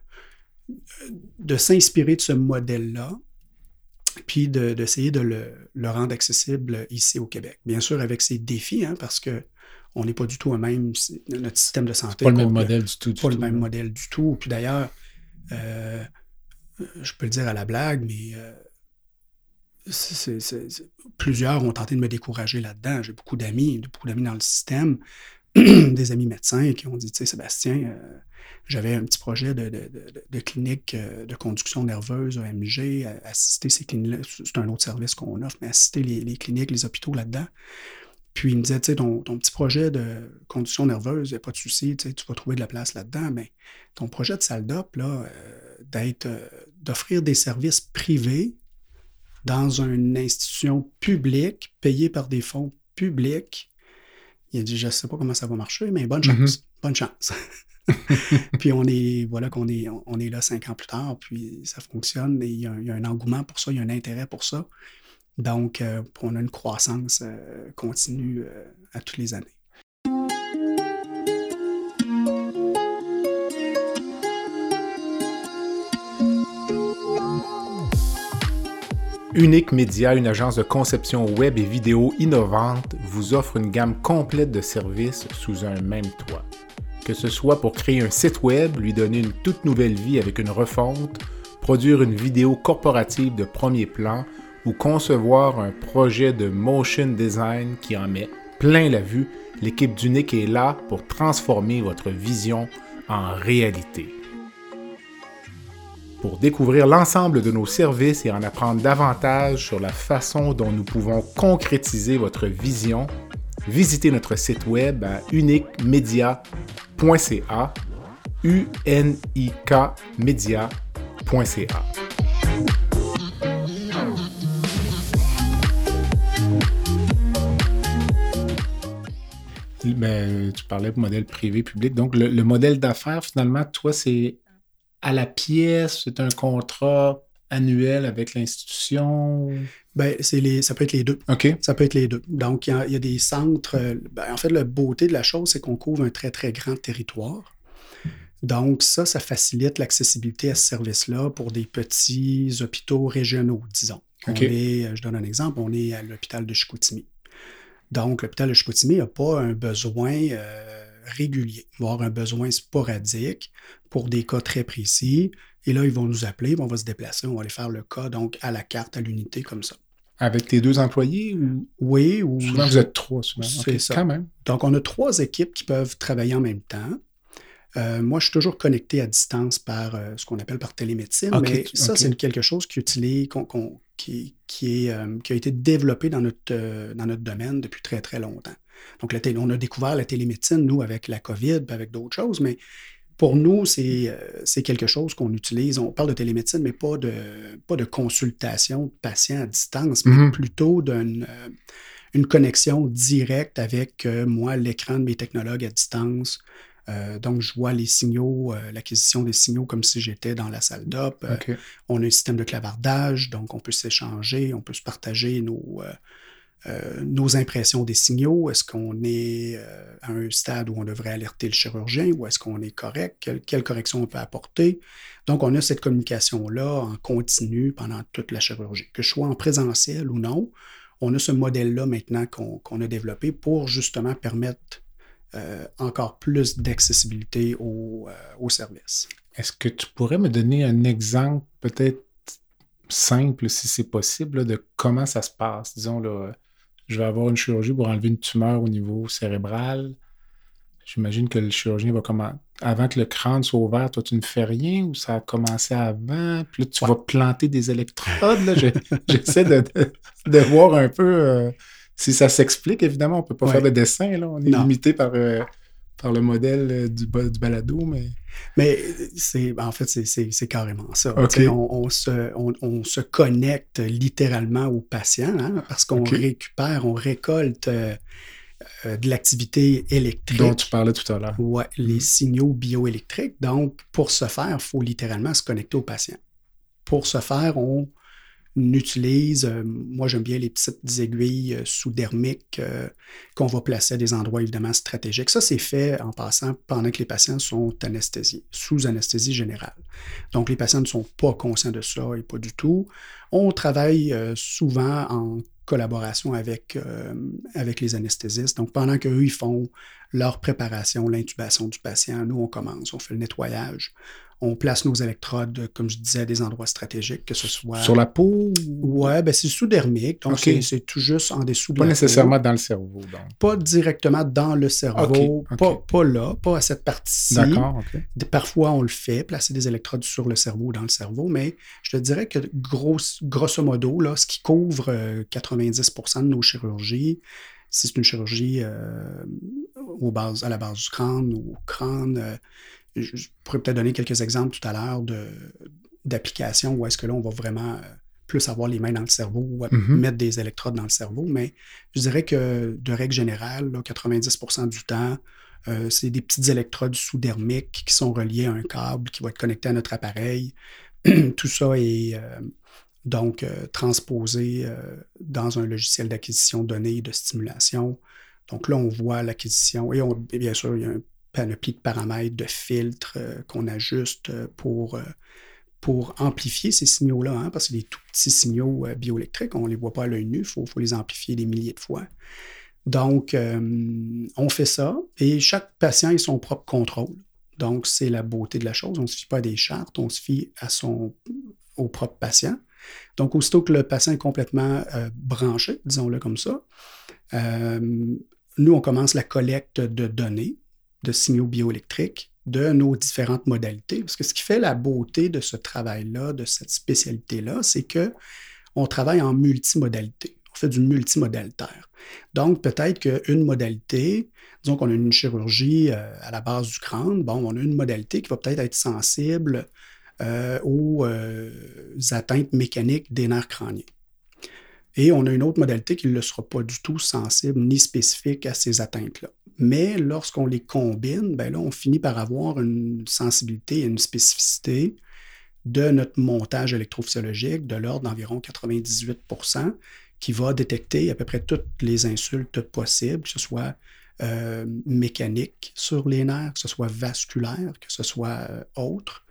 [SPEAKER 3] de s'inspirer de ce modèle-là, puis de, d'essayer de le, le rendre accessible ici au Québec. Bien sûr, avec ses défis, hein, parce que on n'est pas du tout un même, notre système de santé.
[SPEAKER 4] C'est pas le même modèle du tout.
[SPEAKER 3] Du pas tout, le même hein. modèle du tout. Puis d'ailleurs, euh, je peux le dire à la blague, mais euh, c'est, c'est, c'est, c'est, plusieurs ont tenté de me décourager là-dedans. J'ai beaucoup d'amis, beaucoup d'amis dans le système, des amis médecins qui ont dit, tu sais, Sébastien, euh, j'avais un petit projet de, de, de, de clinique de conduction nerveuse, A M G, assister ces cliniques, c'est un autre service qu'on offre, mais assister les, les cliniques, les hôpitaux là-dedans. Puis il me disait, tu sais, ton, ton petit projet de conduction nerveuse, il n'y a pas de souci, tu vas trouver de la place là-dedans, mais ton projet de salle d'op, là, euh, d'être, euh, d'offrir des services privés dans une institution publique, payée par des fonds publics, il a dit, je ne sais pas comment ça va marcher, mais bonne chance, mm-hmm. bonne chance. Puis on est, voilà qu'on est, on est là cinq ans plus tard, puis ça fonctionne, et il y a, il y a un engouement pour ça, il y a un intérêt pour ça. Donc, euh, on a une croissance euh, continue euh, à toutes les années.
[SPEAKER 2] Unique Média, une agence de conception web et vidéo innovante, vous offre une gamme complète de services sous un même toit. Que ce soit pour créer un site web, lui donner une toute nouvelle vie avec une refonte, produire une vidéo corporative de premier plan ou concevoir un projet de motion design qui en met plein la vue, l'équipe d'Unique est là pour transformer votre vision en réalité. Pour découvrir l'ensemble de nos services et en apprendre davantage sur la façon dont nous pouvons concrétiser votre vision, visitez notre site web à unique media point c a, u n i k media point c a.
[SPEAKER 4] Ben, tu parlais de modèle privé-public. Donc, le, le modèle d'affaires, finalement, toi, c'est à la pièce, c'est un contrat annuel avec l'institution?
[SPEAKER 3] Ben, c'est les, ça peut être les deux.
[SPEAKER 4] OK.
[SPEAKER 3] Ça peut être les deux. Donc, il y a, il y a des centres... Ben, en fait, la beauté de la chose, c'est qu'on couvre un très, très grand territoire. Donc, ça, ça facilite l'accessibilité à ce service-là pour des petits hôpitaux régionaux, disons.
[SPEAKER 4] Okay.
[SPEAKER 3] On est, je donne un exemple, on est à l'hôpital de Chicoutimi. Donc, l'hôpital de Chicoutimi n'a pas un besoin euh, régulier, il va avoir un besoin sporadique pour des cas très précis. Et là, ils vont nous appeler, on va se déplacer, on va aller faire le cas, donc à la carte, à l'unité, comme ça.
[SPEAKER 4] Avec tes deux employés? Ou...
[SPEAKER 3] Oui. Ou
[SPEAKER 4] souvent,
[SPEAKER 3] je...
[SPEAKER 4] vous êtes trois, souvent.
[SPEAKER 3] C'est
[SPEAKER 4] okay,
[SPEAKER 3] ça.
[SPEAKER 4] Quand même.
[SPEAKER 3] Donc, on a trois équipes qui peuvent travailler en même temps. Euh, moi, je suis toujours connecté à distance par euh, ce qu'on appelle par télémédecine, okay, mais ça, okay. c'est quelque chose qui, utilise, qu'on, qu'on, qui, qui, est, euh, qui a été développé dans notre, euh, dans notre domaine depuis très, très longtemps. Donc, la télé, on a découvert la télémédecine, nous, avec la COVID, avec d'autres choses, mais pour nous, c'est, euh, c'est quelque chose qu'on utilise. On parle de télémédecine, mais pas de, pas de consultation de patients à distance, mais mm-hmm. plutôt d'une euh, une connexion directe avec euh, moi, l'écran de mes technologues à distance. Euh, donc, je vois les signaux, euh, l'acquisition des signaux comme si j'étais dans la salle d'op. Euh, okay. On a un système de clavardage, donc on peut s'échanger, on peut se partager nos, euh, euh, nos impressions des signaux. Est-ce qu'on est euh, à un stade où on devrait alerter le chirurgien ou est-ce qu'on est correct? Quelle, quelle correction on peut apporter? Donc, on a cette communication-là en continu pendant toute la chirurgie. Que je sois en présentiel ou non, on a ce modèle-là maintenant qu'on, qu'on a développé pour justement permettre Euh, encore plus d'accessibilité au, euh, au service.
[SPEAKER 4] Est-ce que tu pourrais me donner un exemple peut-être simple, si c'est possible, là, de comment ça se passe? Disons, là, je vais avoir une chirurgie pour enlever une tumeur au niveau cérébral. J'imagine que le chirurgien va commencer... Avant que le crâne soit ouvert, toi, tu ne fais rien ou ça a commencé avant? Puis là, tu ouais. vas planter des électrodes. Là, je, j'essaie de, de, de voir un peu... Euh, si ça s'explique, évidemment, on ne peut pas ouais. faire de dessin. Là. On est non. limité par, euh, par le modèle euh, du, du balado. Mais,
[SPEAKER 3] mais c'est, en fait, c'est, c'est, c'est carrément ça.
[SPEAKER 4] Okay.
[SPEAKER 3] On, on, se, on, on se connecte littéralement au patient hein, parce qu'on okay. récupère, on récolte euh, euh, de l'activité électrique.
[SPEAKER 4] Dont tu parlais tout à l'heure.
[SPEAKER 3] Oui, les signaux bioélectriques. Donc, pour ce faire, il faut littéralement se connecter au patient. Pour ce faire, on... On utilise, euh, moi j'aime bien les petites aiguilles euh, sous-dermiques euh, qu'on va placer à des endroits évidemment stratégiques. Ça, c'est fait en passant pendant que les patients sont anesthésiés, sous anesthésie générale. Donc les patients ne sont pas conscients de ça et pas du tout. On travaille euh, souvent en collaboration avec, euh, avec les anesthésistes. Donc pendant qu'eux, ils font leur préparation, l'intubation du patient, nous on commence, on fait le nettoyage. On place nos électrodes, comme je disais, à des endroits stratégiques, que ce soit...
[SPEAKER 4] Sur la peau?
[SPEAKER 3] Oui, ben c'est sous-dermique, donc okay. c'est, c'est tout juste en dessous de
[SPEAKER 4] pas
[SPEAKER 3] la peau.
[SPEAKER 4] Pas nécessairement dans le cerveau, donc.
[SPEAKER 3] Pas directement dans le cerveau, okay. Okay. Pas, pas là, pas à cette partie-ci.
[SPEAKER 4] D'accord, OK.
[SPEAKER 3] Parfois, on le fait, placer des électrodes sur le cerveau ou dans le cerveau, mais je te dirais que gros, grosso modo, là, ce qui couvre euh, quatre-vingt-dix pour cent de nos chirurgies, si c'est une chirurgie euh, aux bases, à la base du crâne ou au crâne... Euh, je pourrais peut-être donner quelques exemples tout à l'heure de, d'applications où est-ce que là, on va vraiment plus avoir les mains dans le cerveau ou mm-hmm. mettre des électrodes dans le cerveau. Mais je dirais que, de règle générale, là, quatre-vingt-dix pour cent du temps, euh, c'est des petites électrodes sous-dermiques qui sont reliées à un câble qui va être connecté à notre appareil. Tout ça est euh, donc euh, transposé euh, dans un logiciel d'acquisition de données et de stimulation. Donc là, on voit l'acquisition et, on, et bien sûr, il y a un panoplie de paramètres, de filtres euh, qu'on ajuste pour, euh, pour amplifier ces signaux-là, hein, parce que les tout petits signaux euh, bioélectriques, on ne les voit pas à l'œil nu, il faut, faut les amplifier des milliers de fois. Donc, euh, on fait ça et chaque patient a son propre contrôle. Donc, c'est la beauté de la chose. On ne se fie pas à des chartes, on se fie à son, au propre patient. Donc, aussitôt que le patient est complètement euh, branché, disons-le comme ça, euh, nous, on commence la collecte de données, de signaux bioélectriques, de nos différentes modalités. Parce que ce qui fait la beauté de ce travail-là, de cette spécialité-là, c'est qu'on travaille en multimodalité. On fait du multimodalitaire. Donc, peut-être qu'une modalité, disons qu'on a une chirurgie euh, à la base du crâne, bon, on a une modalité qui va peut-être être sensible euh, aux euh, atteintes mécaniques des nerfs crâniens. Et on a une autre modalité qui ne le sera pas du tout sensible ni spécifique à ces atteintes-là. Mais lorsqu'on les combine, ben là, on finit par avoir une sensibilité et une spécificité de notre montage électrophysiologique de l'ordre d'environ quatre-vingt-dix-huit pour cent qui va détecter à peu près toutes les insultes possibles, que ce soit euh, mécanique sur les nerfs, que ce soit vasculaire, que ce soit euh, autre.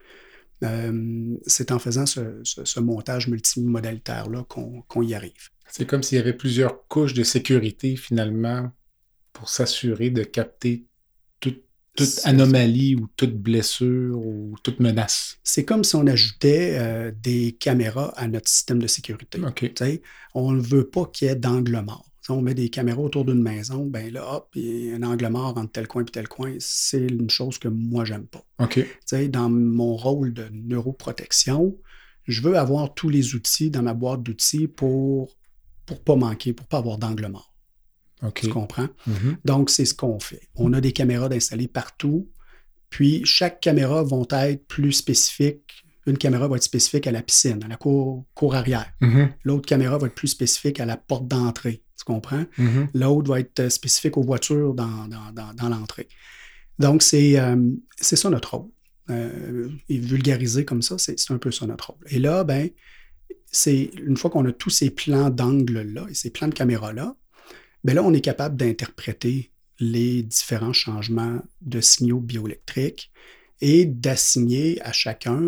[SPEAKER 3] Euh, c'est en faisant ce, ce, ce montage multimodalitaire-là qu'on, qu'on y arrive.
[SPEAKER 4] C'est comme s'il y avait plusieurs couches de sécurité, finalement, pour s'assurer de capter toute, toute anomalie ou toute blessure ou toute menace.
[SPEAKER 3] C'est comme si on ajoutait euh, des caméras à notre système de sécurité.
[SPEAKER 4] Okay.
[SPEAKER 3] On ne veut pas qu'il y ait d'angle mort. Si on met des caméras autour d'une maison, ben là, hop, il y a un angle mort entre tel coin et tel coin. C'est une chose que moi, j'aime pas.
[SPEAKER 4] Okay.
[SPEAKER 3] Dans mon rôle de neuroprotection, je veux avoir tous les outils dans ma boîte d'outils pour pour ne pas manquer, pour ne pas avoir d'angle mort.
[SPEAKER 4] Okay.
[SPEAKER 3] Tu comprends?
[SPEAKER 4] Mm-hmm.
[SPEAKER 3] Donc, c'est ce qu'on fait. On a des caméras installées partout, puis chaque caméra va être plus spécifique. Une caméra va être spécifique à la piscine, à la cour, cour arrière.
[SPEAKER 4] Mm-hmm.
[SPEAKER 3] L'autre caméra va être plus spécifique à la porte d'entrée. Tu comprends?
[SPEAKER 4] Mm-hmm.
[SPEAKER 3] L'autre va être spécifique aux voitures dans, dans, dans, dans l'entrée. Donc, c'est, euh, c'est ça notre rôle. Euh, et vulgarisé comme ça, c'est, c'est un peu ça notre rôle. Et là, ben, c'est une fois qu'on a tous ces plans d'angle-là et ces plans de caméra-là, bien là, on est capable d'interpréter les différents changements de signaux bioélectriques et d'assigner à chacun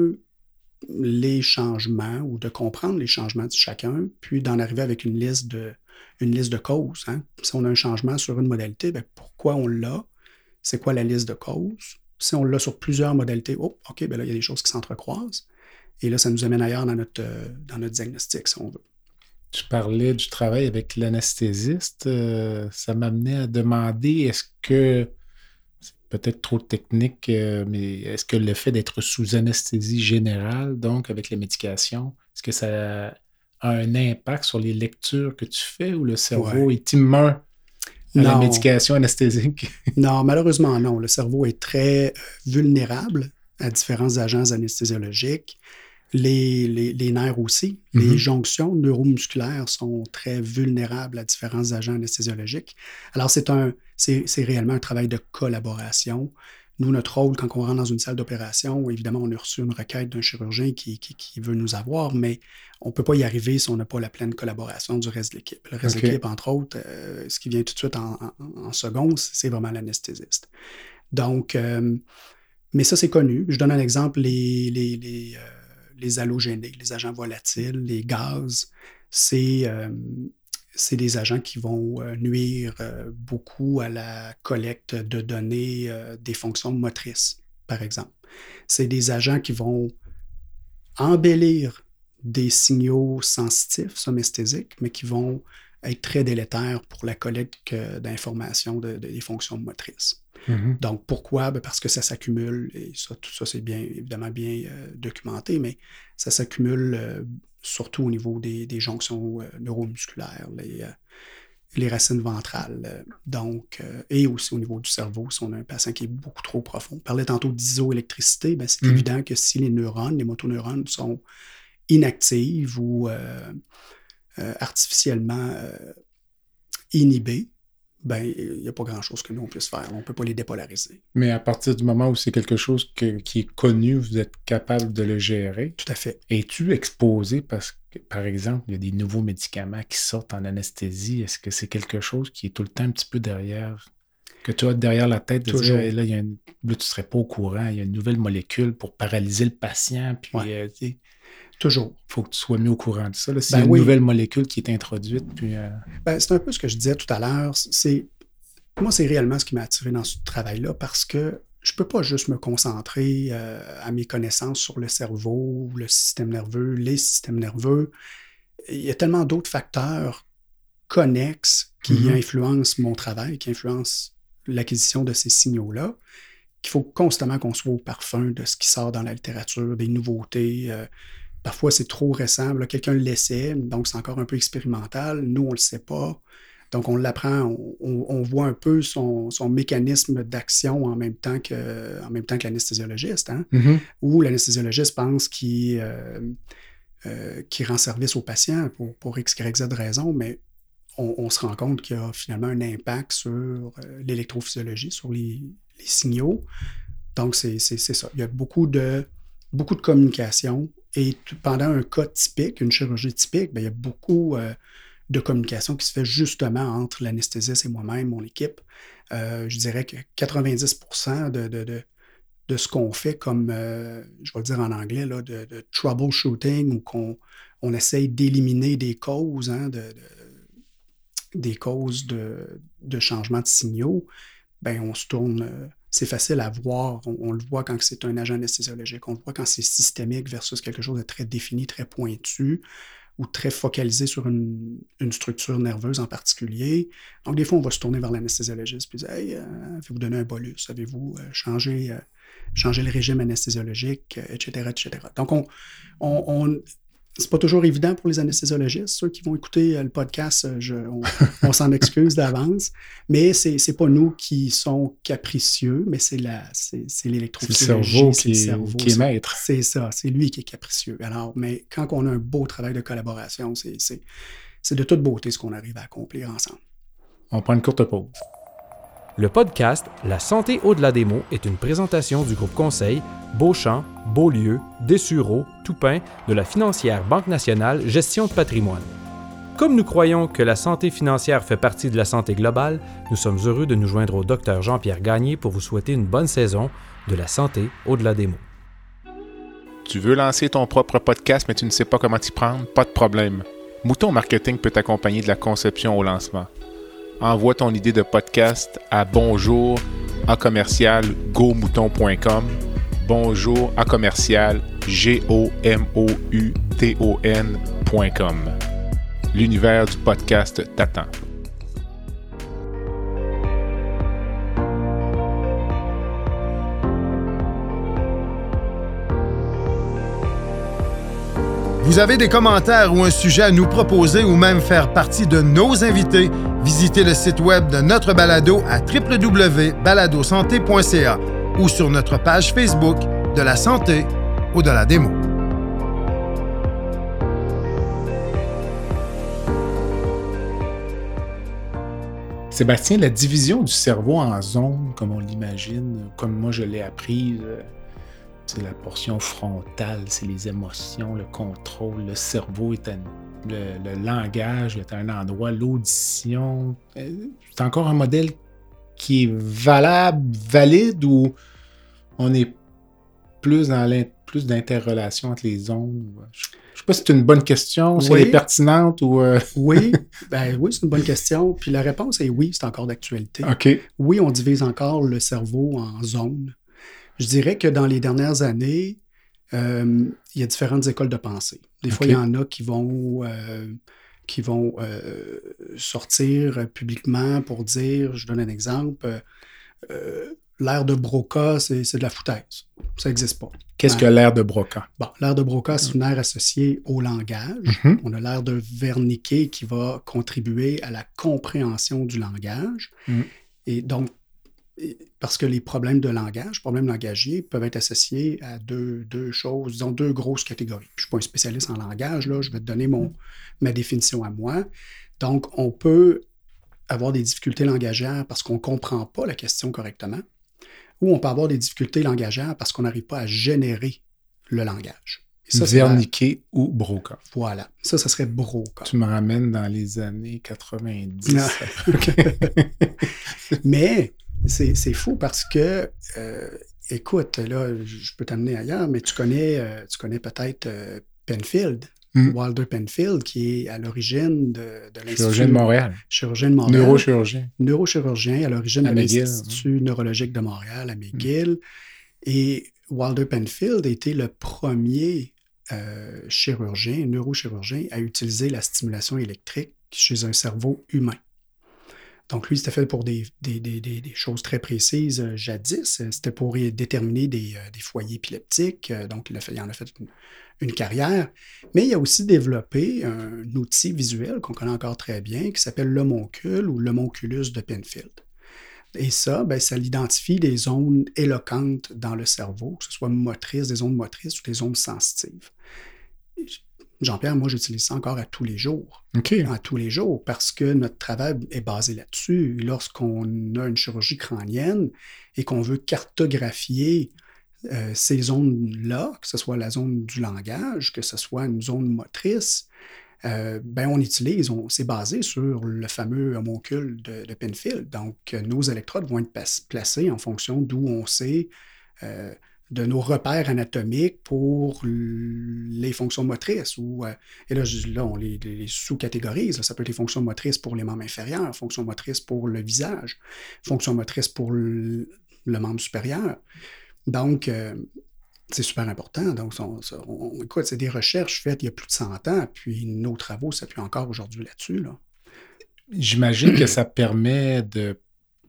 [SPEAKER 3] les changements ou de comprendre les changements de chacun, puis d'en arriver avec une liste de, une liste de causes. Hein. Si on a un changement sur une modalité, bien, pourquoi on l'a? C'est quoi la liste de causes? Si on l'a sur plusieurs modalités, oh, OK, bien là, il y a des choses qui s'entrecroisent. Et là, ça nous amène ailleurs dans notre, euh, dans notre diagnostic, si on veut.
[SPEAKER 4] Tu parlais du travail avec l'anesthésiste. Euh, ça m'amenait à demander, est-ce que, c'est peut-être trop technique, euh, mais est-ce que le fait d'être sous anesthésie générale, donc avec les médications, est-ce que ça a un impact sur les lectures que tu fais ou le cerveau ouais. est immun à non. la médication anesthésique?
[SPEAKER 3] Non, malheureusement non. Le cerveau est très vulnérable à différents agents anesthésiologiques. Les, les, les nerfs aussi. Mm-hmm. Les jonctions neuromusculaires sont très vulnérables à différents agents anesthésiologiques. Alors, c'est, un, c'est, c'est réellement un travail de collaboration. Nous, notre rôle, quand on rentre dans une salle d'opération, évidemment, on a reçu une requête d'un chirurgien qui, qui, qui veut nous avoir, mais on ne peut pas y arriver si on n'a pas la pleine collaboration du reste de l'équipe. Le reste okay. de l'équipe, entre autres, euh, ce qui vient tout de suite en, en, en second, c'est vraiment l'anesthésiste. Donc, euh, mais ça, c'est connu. Je donne un exemple, les... les, les euh, les halogéniques, les agents volatiles, les gaz, c'est, euh, c'est des agents qui vont euh, nuire euh, beaucoup à la collecte de données euh, des fonctions motrices, par exemple. C'est des agents qui vont embellir des signaux sensitifs, somesthésiques, mais qui vont être très délétères pour la collecte d'informations de, de, des fonctions motrices. Mm-hmm. Donc, pourquoi? Ben parce que ça s'accumule, et ça, tout ça, c'est bien, évidemment bien euh, documenté, mais ça s'accumule euh, surtout au niveau des, des jonctions euh, neuromusculaires, les, euh, les racines ventrales, euh, donc, euh, et aussi au niveau du cerveau, si on a un patient qui est beaucoup trop profond. On parlait tantôt d'isoélectricité, ben c'est mm-hmm. évident que si les neurones, les motoneurones sont inactives ou euh, euh, artificiellement euh, inhibées, ben, il n'y a pas grand-chose que nous, on puisse faire. On ne peut pas les dépolariser.
[SPEAKER 4] Mais à partir du moment où c'est quelque chose que, qui est connu, vous êtes capable de le gérer.
[SPEAKER 3] Tout à fait.
[SPEAKER 4] Es-tu exposé parce que, par exemple, il y a des nouveaux médicaments qui sortent en anesthésie. Est-ce que c'est quelque chose qui est tout le temps un petit peu derrière, que tu as derrière la tête de
[SPEAKER 3] Toujours.
[SPEAKER 4] dire, là, il y a une, là, tu ne serais pas au courant, il y a une nouvelle molécule pour paralyser le patient, puis...
[SPEAKER 3] Ouais.
[SPEAKER 4] Euh, tu sais...
[SPEAKER 3] Toujours.
[SPEAKER 4] Il faut que tu sois mis au courant de ça. Là. S'il
[SPEAKER 3] Ben
[SPEAKER 4] y a une
[SPEAKER 3] oui.
[SPEAKER 4] nouvelle molécule qui est introduite, puis... Euh...
[SPEAKER 3] Ben, c'est un peu ce que je disais tout à l'heure. C'est, moi, c'est réellement ce qui m'a attiré dans ce travail-là parce que je ne peux pas juste me concentrer euh, à mes connaissances sur le cerveau, le système nerveux, les systèmes nerveux. Il y a tellement d'autres facteurs connexes qui mm-hmm. influencent mon travail, qui influencent l'acquisition de ces signaux-là, qu'il faut constamment qu'on soit au parfum de ce qui sort dans la littérature, des nouveautés. Euh, parfois, c'est trop récent. Là, quelqu'un l'essaie, donc c'est encore un peu expérimental. Nous, on ne le sait pas. Donc, on l'apprend, on, on, on voit un peu son, son mécanisme d'action en même temps que, en même temps que l'anesthésiologiste, hein? Mm-hmm. Où l'anesthésiologiste pense qu'il, euh, euh, qu'il rend service au patient pour, pour X, Y, Z raison, mais on, on se rend compte qu'il y a finalement un impact sur euh, l'électrophysiologie, sur les, les signaux. Donc, c'est, c'est, c'est ça. Il y a beaucoup de, beaucoup de communication. Et t- pendant un cas typique, une chirurgie typique, bien, il y a beaucoup... Euh, de communication qui se fait justement entre l'anesthésiste et moi-même, mon équipe. Euh, je dirais que quatre-vingt-dix pour cent de, de, de, de ce qu'on fait comme, euh, je vais le dire en anglais, là, de, de troubleshooting, ou qu'on on essaye d'éliminer des causes, hein, de, de, des causes de, de changement de signaux, ben on se tourne... Euh, c'est facile à voir. On, on le voit quand c'est un agent anesthésiologique. On le voit quand c'est systémique versus quelque chose de très défini, très pointu, ou très focalisé sur une, une structure nerveuse en particulier. Donc, des fois, on va se tourner vers l'anesthésiologiste et dire « Hey, euh, avez-vous donné un bolus? Avez-vous euh, changé, euh, changé le régime anesthésiologique? Euh, et cetera, et cetera » Donc, on, on, on, c'est pas toujours évident pour les anesthésiologistes. Ceux qui vont écouter euh, le podcast, je, on, on s'en excuse d'avance. Mais c'est, c'est pas nous qui sont capricieux, mais c'est, la, c'est, c'est l'électrophysiologie.
[SPEAKER 4] C'est le cerveau, c'est qui, le cerveau qui est
[SPEAKER 3] c'est,
[SPEAKER 4] maître.
[SPEAKER 3] C'est ça, c'est lui qui est capricieux. Alors, mais quand on a un beau travail de collaboration, c'est, c'est, c'est de toute beauté ce qu'on arrive à accomplir ensemble.
[SPEAKER 4] On prend une courte pause.
[SPEAKER 5] Le podcast La santé au-delà des mots est une présentation du groupe conseil Beauchamp, Beaulieu, Dessureau, Toupin de la financière Banque nationale Gestion de patrimoine. Comme nous croyons que la santé financière fait partie de la santé globale, nous sommes heureux de nous joindre au docteur Jean-Pierre Gagné pour vous souhaiter une bonne saison de La santé au-delà des mots.
[SPEAKER 2] Tu veux lancer ton propre podcast mais tu ne sais pas comment t'y prendre? Pas de problème. Mouton Marketing peut t'accompagner de la conception au lancement. Envoie ton idée de podcast à bonjour à commercial go mouton point com. Bonjour à commercial g o m o u t o n point com. L'univers du podcast t'attend.
[SPEAKER 1] Vous avez des commentaires ou un sujet à nous proposer ou même faire partie de nos invités? Visitez le site web de notre balado à w w w point balado santé point c a ou sur notre page Facebook de la santé au-delà des mots.
[SPEAKER 4] Sébastien, la division du cerveau en zones, comme on l'imagine, comme moi je l'ai apprise, c'est la portion frontale, c'est les émotions, le contrôle, le cerveau est un, le, le langage est à un endroit, l'audition. C'est encore un modèle qui est valable, valide, ou on est plus dans plus d'interrelation entre les zones? Je ne sais pas si c'est une bonne question, si oui. Elle est pertinente ou... Euh...
[SPEAKER 3] Oui, ben oui, c'est une bonne question. Puis la réponse est oui, c'est encore d'actualité.
[SPEAKER 4] OK.
[SPEAKER 3] Oui, on divise encore le cerveau en zones. Je dirais que dans les dernières années, euh, il y a différentes écoles de pensée. Des okay. fois, il y en a qui vont, euh, qui vont euh, sortir publiquement pour dire, je donne un exemple, euh, l'aire de Broca, c'est, c'est de la foutaise. Ça n'existe pas.
[SPEAKER 4] Qu'est-ce que l'aire de Broca?
[SPEAKER 3] Bon, l'aire de Broca, c'est une aire associée au langage. Mm-hmm. On a l'aire de Wernicke qui va contribuer à la compréhension du langage. Mm. Et donc, parce que les problèmes de langage, problèmes langagiers, peuvent être associés à deux, deux choses, disons deux grosses catégories. Je ne suis pas un spécialiste en langage, là, je vais te donner mon, ma définition à moi. Donc, on peut avoir des difficultés langagières parce qu'on ne comprend pas la question correctement, ou on peut avoir des difficultés langagières parce qu'on n'arrive pas à générer le langage.
[SPEAKER 4] Et ça, Wernicke la... ou Broca.
[SPEAKER 3] Voilà. Ça, ça serait Broca.
[SPEAKER 4] Tu me ramènes dans les années quatre-vingt-dix.
[SPEAKER 3] Mais... C'est, c'est fou parce que, euh, écoute, là, je peux t'amener ailleurs, mais tu connais, euh, tu connais peut-être euh, Penfield,
[SPEAKER 4] Mm.
[SPEAKER 3] Walter Penfield, qui est à l'origine de, de l'Institut...
[SPEAKER 4] Chirurgien de Montréal.
[SPEAKER 3] Chirurgien de Montréal.
[SPEAKER 4] Neurochirurgien.
[SPEAKER 3] Neurochirurgien à l'origine
[SPEAKER 4] À
[SPEAKER 3] de
[SPEAKER 4] McGill,
[SPEAKER 3] l'Institut neurologique de Montréal, à McGill. Mm. Et Walter Penfield a été le premier euh, chirurgien, neurochirurgien, à utiliser la stimulation électrique chez un cerveau humain. Donc, lui, c'était fait pour des, des, des, des choses très précises euh, jadis. C'était pour déterminer des, euh, des foyers épileptiques. Euh, donc, il, a fait, il en a fait une, une carrière. Mais il a aussi développé un outil visuel qu'on connaît encore très bien qui s'appelle l'homoncule ou l'homonculus de Penfield. Et ça, ben, ça l'identifie des zones éloquentes dans le cerveau, que ce soit motrices, des zones motrices ou des zones sensitives. Jean-Pierre, moi, j'utilise ça encore à tous les jours.
[SPEAKER 4] OK.
[SPEAKER 3] À tous les jours, parce que notre travail est basé là-dessus. Lorsqu'on a une chirurgie crânienne et qu'on veut cartographier euh, ces zones-là, que ce soit la zone du langage, que ce soit une zone motrice, euh, ben on utilise, on, c'est basé sur le fameux homoncule de, de Penfield. Donc, euh, nos électrodes vont être placées en fonction d'où on sait... Euh, de nos repères anatomiques pour les fonctions motrices. Ou, euh, et là, je, là on les, les sous-catégorise. Là. Ça peut être les fonctions motrices pour les membres inférieurs, fonctions motrices pour le visage, fonctions motrices pour le, le membre supérieur. Donc, euh, c'est super important. Donc, on, on, écoute, c'est des recherches faites il y a plus de cent ans, puis nos travaux s'appuient encore aujourd'hui là-dessus. Là.
[SPEAKER 4] J'imagine que ça permet de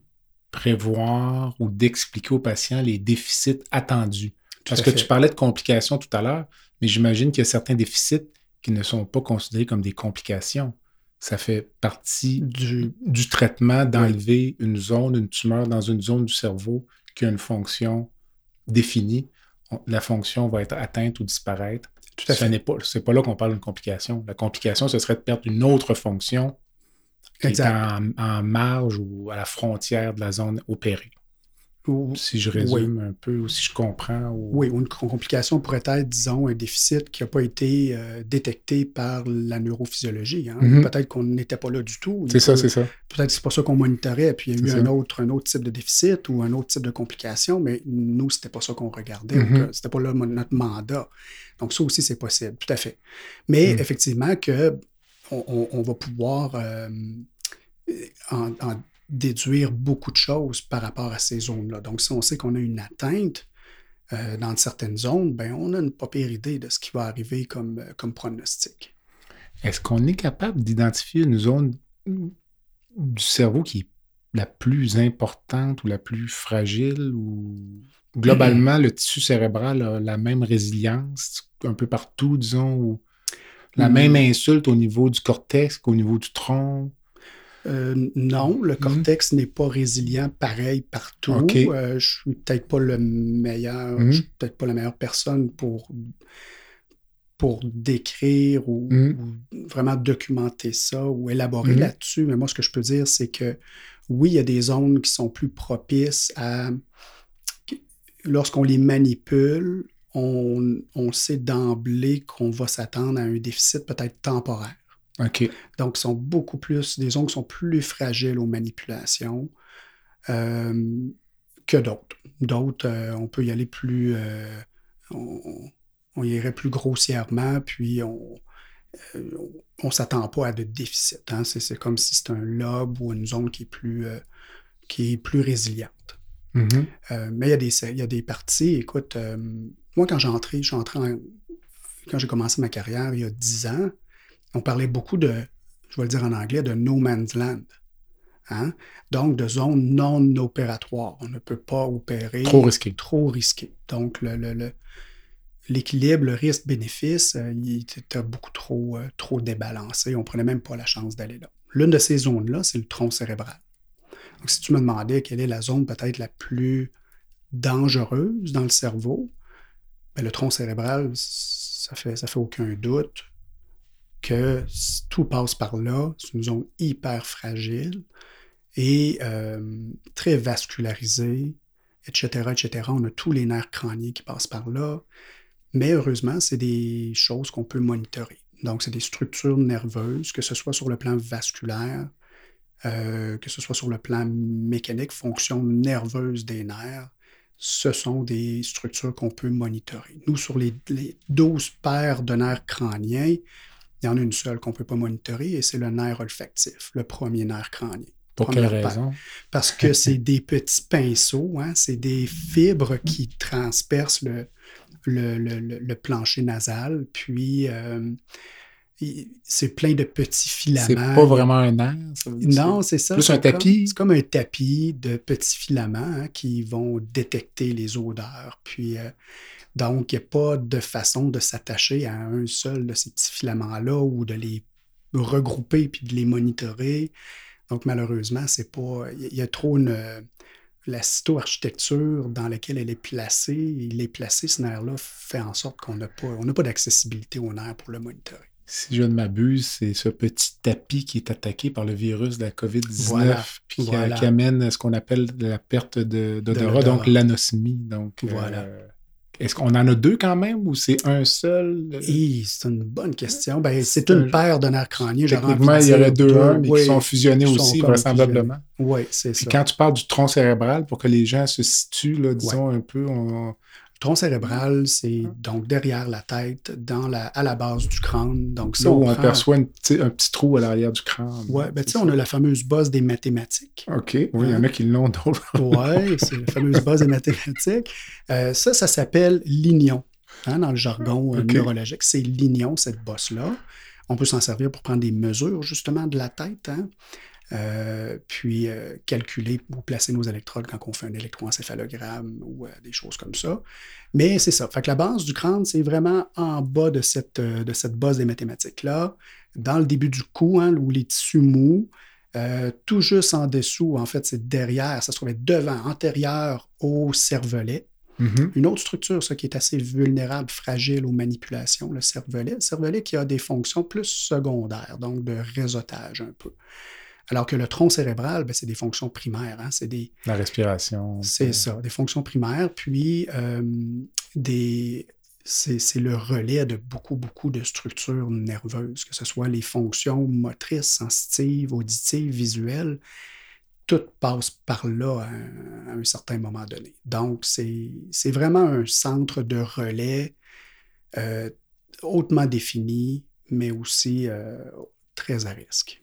[SPEAKER 4] prévoir ou d'expliquer aux patients les déficits attendus. Parce que tu parlais de complications tout à l'heure, mais j'imagine qu'il y a certains déficits qui ne sont pas considérés comme des complications. Ça fait partie du, du traitement d'enlever oui. une zone, une tumeur dans une zone du cerveau qui a une fonction définie. La fonction va être atteinte ou disparaître. Tout à fait. Ce n'est pas, c'est pas là qu'on parle d'une complication. La complication, ce serait de perdre une autre fonction qui exact. est en, en marge ou à la frontière de la zone opérée. Ou, si je résume oui. un peu, ou si je comprends. Ou...
[SPEAKER 3] Oui, ou une complication pourrait être, disons, un déficit qui n'a pas été euh, détecté par la neurophysiologie. Hein? Mm-hmm. Peut-être qu'on n'était pas là du tout.
[SPEAKER 4] C'est ça, peut, c'est ça.
[SPEAKER 3] Peut-être que c'est pas ça qu'on monitorait, puis il y a c'est eu un autre, un autre type de déficit ou un autre type de complication, mais nous, c'était pas ça qu'on regardait. Mm-hmm. Donc, c'était pas là notre mandat. Donc, ça aussi, c'est possible, tout à fait. Mais mm-hmm. effectivement, que on, on, on va pouvoir euh, en, en déduire beaucoup de choses par rapport à ces zones-là. Donc, si on sait qu'on a une atteinte euh, dans certaines zones, ben, on a une pas pire idée de ce qui va arriver comme, comme pronostic.
[SPEAKER 4] Est-ce qu'on est capable d'identifier une zone du cerveau qui est la plus importante ou la plus fragile ou globalement, mm-hmm. le tissu cérébral a la même résilience un peu partout, disons, ou la mm-hmm. même insulte au niveau du cortex qu'au niveau du tronc?
[SPEAKER 3] Euh, non, le cortex mmh. n'est pas résilient pareil partout. Okay. Euh, je suis peut-être pas le meilleur, mmh. je suis peut-être pas la meilleure personne pour, pour décrire ou, mmh. ou vraiment documenter ça ou élaborer mmh. là-dessus. Mais moi, ce que je peux dire, c'est que oui, il y a des zones qui sont plus propices à... Lorsqu'on les manipule, on, on sait d'emblée qu'on va s'attendre à un déficit peut-être temporaire.
[SPEAKER 4] Okay.
[SPEAKER 3] Donc, sont beaucoup plus, des zones qui sont plus fragiles aux manipulations euh, que d'autres. D'autres, euh, on peut y aller plus, euh, on, on y irait plus grossièrement, puis on euh, on ne s'attend pas à de déficit. Hein? C'est, c'est comme si c'était un lobe ou une zone qui est plus, euh, qui est plus résiliente.
[SPEAKER 4] Mm-hmm.
[SPEAKER 3] Euh, mais il y a des, il y a des parties, écoute, euh, moi, quand j'ai entré, je suis entré en, quand j'ai commencé ma carrière il y a dix ans, on parlait beaucoup de, je vais le dire en anglais, de no man's land. Hein? Donc, de zones non opératoires. On ne peut pas opérer.
[SPEAKER 4] Trop risqué.
[SPEAKER 3] Trop risqué. Donc, le, le, le, l'équilibre, le risque-bénéfice, euh, il était beaucoup trop, euh, trop débalancé. On ne prenait même pas la chance d'aller là. L'une de ces zones-là, c'est le tronc cérébral. Donc, si tu me demandais quelle est la zone peut-être la plus dangereuse dans le cerveau, bien, le tronc cérébral, ça fait, ça fait aucun doute que tout passe par là. C'est une zone hyper fragile et euh, très vascularisée, et cetera, et cetera. On a tous les nerfs crâniens qui passent par là. Mais heureusement, c'est des choses qu'on peut monitorer. Donc, c'est des structures nerveuses, que ce soit sur le plan vasculaire, euh, que ce soit sur le plan mécanique, fonction nerveuse des nerfs. ce sont des structures qu'on peut monitorer. Nous, sur les, les douze paires de nerfs crâniens, il y en a une seule qu'on ne peut pas monitorer et c'est le nerf olfactif, le premier nerf crânien.
[SPEAKER 4] Pour quelle raison?
[SPEAKER 3] Parce que c'est des petits pinceaux, hein, c'est des fibres qui transpercent le, le, le, le plancher nasal, puis euh, c'est plein de petits filaments.
[SPEAKER 4] C'est pas vraiment un nerf? Ça veut dire
[SPEAKER 3] non, c'est ça.
[SPEAKER 4] Plus
[SPEAKER 3] c'est
[SPEAKER 4] un tapis?
[SPEAKER 3] Comme, c'est comme un tapis de petits filaments hein, qui vont détecter les odeurs. Puis, euh, donc, il n'y a pas de façon de s'attacher à un seul de ces petits filaments-là ou de les regrouper puis de les monitorer. Donc, malheureusement, c'est pas. Il y a trop une. La cytoarchitecture dans laquelle elle est placée, il est placé, ce nerf-là, fait en sorte qu'on n'a pas, on n'a pas d'accessibilité au nerf pour le monitorer.
[SPEAKER 4] Si je ne m'abuse, c'est ce petit tapis qui est attaqué par le virus de la covid dix-neuf,
[SPEAKER 3] voilà,
[SPEAKER 4] puis qui,
[SPEAKER 3] voilà.
[SPEAKER 4] qui amène ce qu'on appelle la perte de, d'odorat,
[SPEAKER 3] de
[SPEAKER 4] donc l'anosmie. Donc,
[SPEAKER 3] voilà.
[SPEAKER 4] Euh, est-ce qu'on en a deux quand même ou c'est un seul?
[SPEAKER 3] Et c'est une bonne question. Ben, c'est, c'est une un... paire de nerfs crâniens.
[SPEAKER 4] Techniquement, il y aurait deux, un, mais oui, qui sont fusionnés qui aussi, sont vraisemblablement.
[SPEAKER 3] Oui, c'est
[SPEAKER 4] Puis
[SPEAKER 3] ça.
[SPEAKER 4] quand tu parles du tronc cérébral, pour que les gens se situent, là, disons ouais. un peu... On...
[SPEAKER 3] Le tronc cérébral, c'est donc derrière la tête, dans la, à la base du crâne. Donc,
[SPEAKER 4] là où on, on prend... perçoit une petit, un petit trou à l'arrière du crâne.
[SPEAKER 3] Oui, ben, tu sais, on a la fameuse bosse des mathématiques.
[SPEAKER 4] OK, oui, il hein? y en a qui l'ont d'autres.
[SPEAKER 3] Oui, c'est la fameuse bosse des mathématiques. Euh, ça, ça s'appelle l'ignon. Hein, dans le jargon euh, okay. neurologique, c'est l'ignon, cette bosse-là. On peut s'en servir pour prendre des mesures, justement, de la tête. Hein? Euh, puis euh, calculer ou placer nos électrodes quand on fait un électroencéphalogramme ou euh, des choses comme ça. Mais c'est ça. Fait que la base du crâne, c'est vraiment en bas de cette, euh, de cette base des mathématiques-là, dans le début du cou, hein, où les tissus mous, euh, tout juste en dessous, en fait, c'est derrière, ça se trouvait devant, antérieur au cervelet. Mm-hmm. Une autre structure, ça, qui est assez vulnérable, fragile aux manipulations, le cervelet. Le cervelet qui a des fonctions plus secondaires, donc de réseautage un peu. Alors que le tronc cérébral, ben, c'est des fonctions primaires. Hein? C'est des,
[SPEAKER 4] la respiration.
[SPEAKER 3] C'est ça, des fonctions primaires. Puis, euh, des, c'est, c'est le relais de beaucoup, beaucoup de structures nerveuses, que ce soit les fonctions motrices, sensitives, auditives, visuelles. Tout passe par là à un, à un certain moment donné. Donc, c'est, c'est vraiment un centre de relais euh, hautement défini, mais aussi euh, très à risque.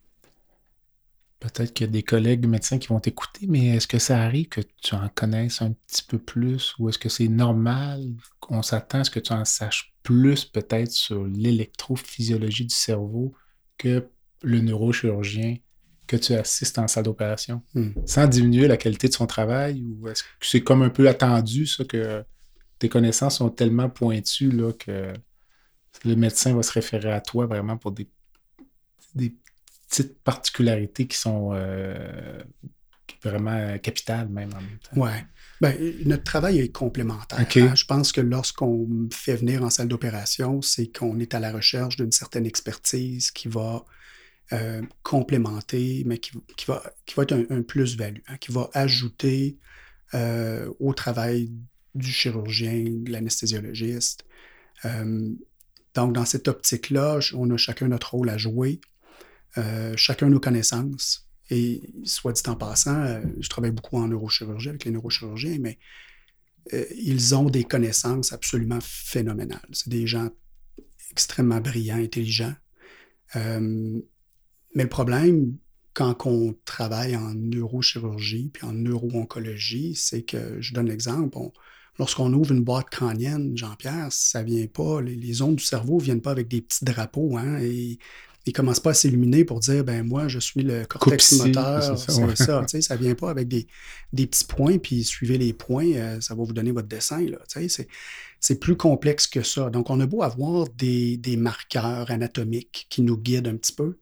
[SPEAKER 4] Peut-être qu'il y a des collègues médecins qui vont t'écouter, mais est-ce que ça arrive que tu en connaisses un petit peu plus ou est-ce que c'est normal qu'on s'attend à ce que tu en saches plus peut-être sur l'électrophysiologie du cerveau que le neurochirurgien que tu assistes en salle d'opération, hmm. sans diminuer la qualité de son travail ou est-ce que c'est comme un peu attendu ça que tes connaissances sont tellement pointues là, que le médecin va se référer à toi vraiment pour des, des petites particularités qui sont euh, vraiment capitales même en même temps.
[SPEAKER 3] Oui. Bien, notre travail est complémentaire.
[SPEAKER 4] Okay.
[SPEAKER 3] Hein? Je pense que lorsqu'on me fait venir en salle d'opération, c'est qu'on est à la recherche d'une certaine expertise qui va euh, complémenter, mais qui, qui, va, qui va être un, un plus-value, hein? Qui va ajouter euh, au travail du chirurgien, de l'anesthésiologiste. Euh, donc, dans cette optique-là, on a chacun notre rôle à jouer. Euh, chacun nos connaissances. Et soit dit en passant, euh, je travaille beaucoup en neurochirurgie avec les neurochirurgiens, mais euh, ils ont des connaissances absolument phénoménales. C'est des gens extrêmement brillants, intelligents. Euh, mais le problème, quand on travaille en neurochirurgie puis en neuro-oncologie, c'est que, je donne l'exemple, on, lorsqu'on ouvre une boîte crânienne, Jean-Pierre, ça vient pas, les, les ondes du cerveau ne viennent pas avec des petits drapeaux, hein, et ils ne commencent pas à s'illuminer pour dire, ben moi, je suis le cortex
[SPEAKER 4] Coupe-ci,
[SPEAKER 3] moteur,
[SPEAKER 4] c'est ça,
[SPEAKER 3] c'est
[SPEAKER 4] ouais.
[SPEAKER 3] ça, tu sais, ça ne vient pas avec des, des petits points, puis suivez les points, euh, ça va vous donner votre dessin, là, tu sais, c'est, c'est plus complexe que ça. Donc, on a beau avoir des, des marqueurs anatomiques qui nous guident un petit peu,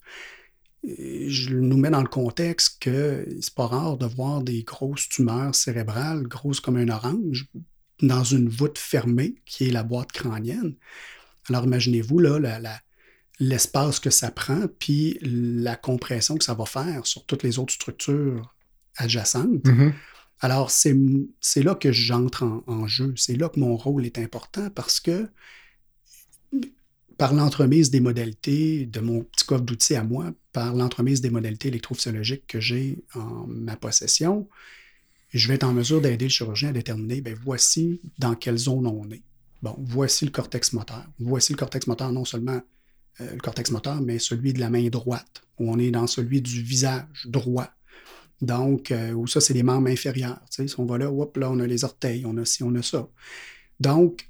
[SPEAKER 3] je nous mets dans le contexte que c'est pas rare de voir des grosses tumeurs cérébrales, grosses comme un orange, dans une voûte fermée, qui est la boîte crânienne. Alors, imaginez-vous, là, la, la l'espace que ça prend, puis la compression que ça va faire sur toutes les autres structures adjacentes.
[SPEAKER 4] Mm-hmm.
[SPEAKER 3] Alors, c'est, c'est là que j'entre en, en jeu. C'est là que mon rôle est important parce que, par l'entremise des modalités de mon petit coffre d'outils à moi, par l'entremise des modalités électrophysiologiques que j'ai en ma possession, Et je vais être en mesure d'aider le chirurgien à déterminer, bien, voici dans quelle zone on est. Bon, voici le cortex moteur. Voici le cortex moteur, non seulement euh, le cortex moteur, mais celui de la main droite, où on est dans celui du visage droit. Donc, euh, où ça, c'est les membres inférieurs. Tu sais, si on va là, hop, là, on a les orteils, on a ci, on a ça. Donc,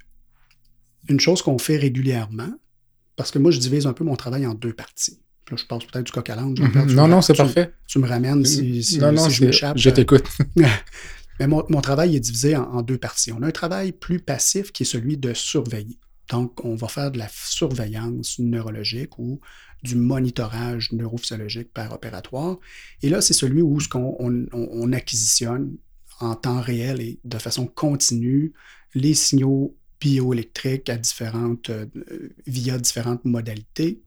[SPEAKER 3] une chose qu'on fait régulièrement, parce que moi, je divise un peu mon travail en deux parties. Là, je passe peut-être du coq à l'âne.
[SPEAKER 4] Mm-hmm. Non, non, c'est
[SPEAKER 3] tu,
[SPEAKER 4] parfait.
[SPEAKER 3] Tu me ramènes si, si,
[SPEAKER 4] non, non,
[SPEAKER 3] si je m'échappe.
[SPEAKER 4] Je t'écoute.
[SPEAKER 3] Mais mon, mon travail est divisé en, en deux parties. On a un travail plus passif qui est celui de surveiller. Donc, on va faire de la surveillance neurologique ou du monitorage neurophysiologique par opératoire. Et là, c'est celui où ce qu'on, on, on acquisitionne en temps réel et de façon continue les signaux bioélectriques à différentes, euh, via différentes modalités.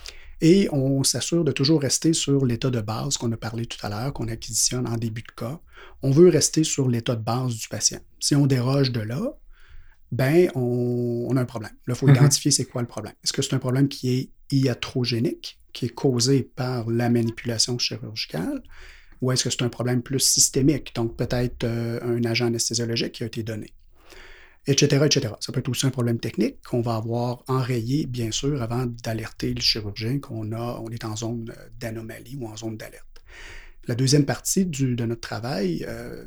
[SPEAKER 3] Et on s'assure de toujours rester sur l'état de base qu'on a parlé tout à l'heure, qu'on acquisitionne en début de cas. On veut rester sur l'état de base du patient. Si on déroge de là, ben on, on a un problème. Là, il faut mm-hmm. identifier c'est quoi le problème. Est-ce que c'est un problème qui est iatrogénique, qui est causé par la manipulation chirurgicale, ou est-ce que c'est un problème plus systémique, donc peut-être euh, un agent anesthésiologique qui a été donné? Etc., et cetera. Ça peut être aussi un problème technique qu'on va avoir enrayé, bien sûr, avant d'alerter le chirurgien qu'on a, on est en zone d'anomalie ou en zone d'alerte. La deuxième partie du, de notre travail, euh,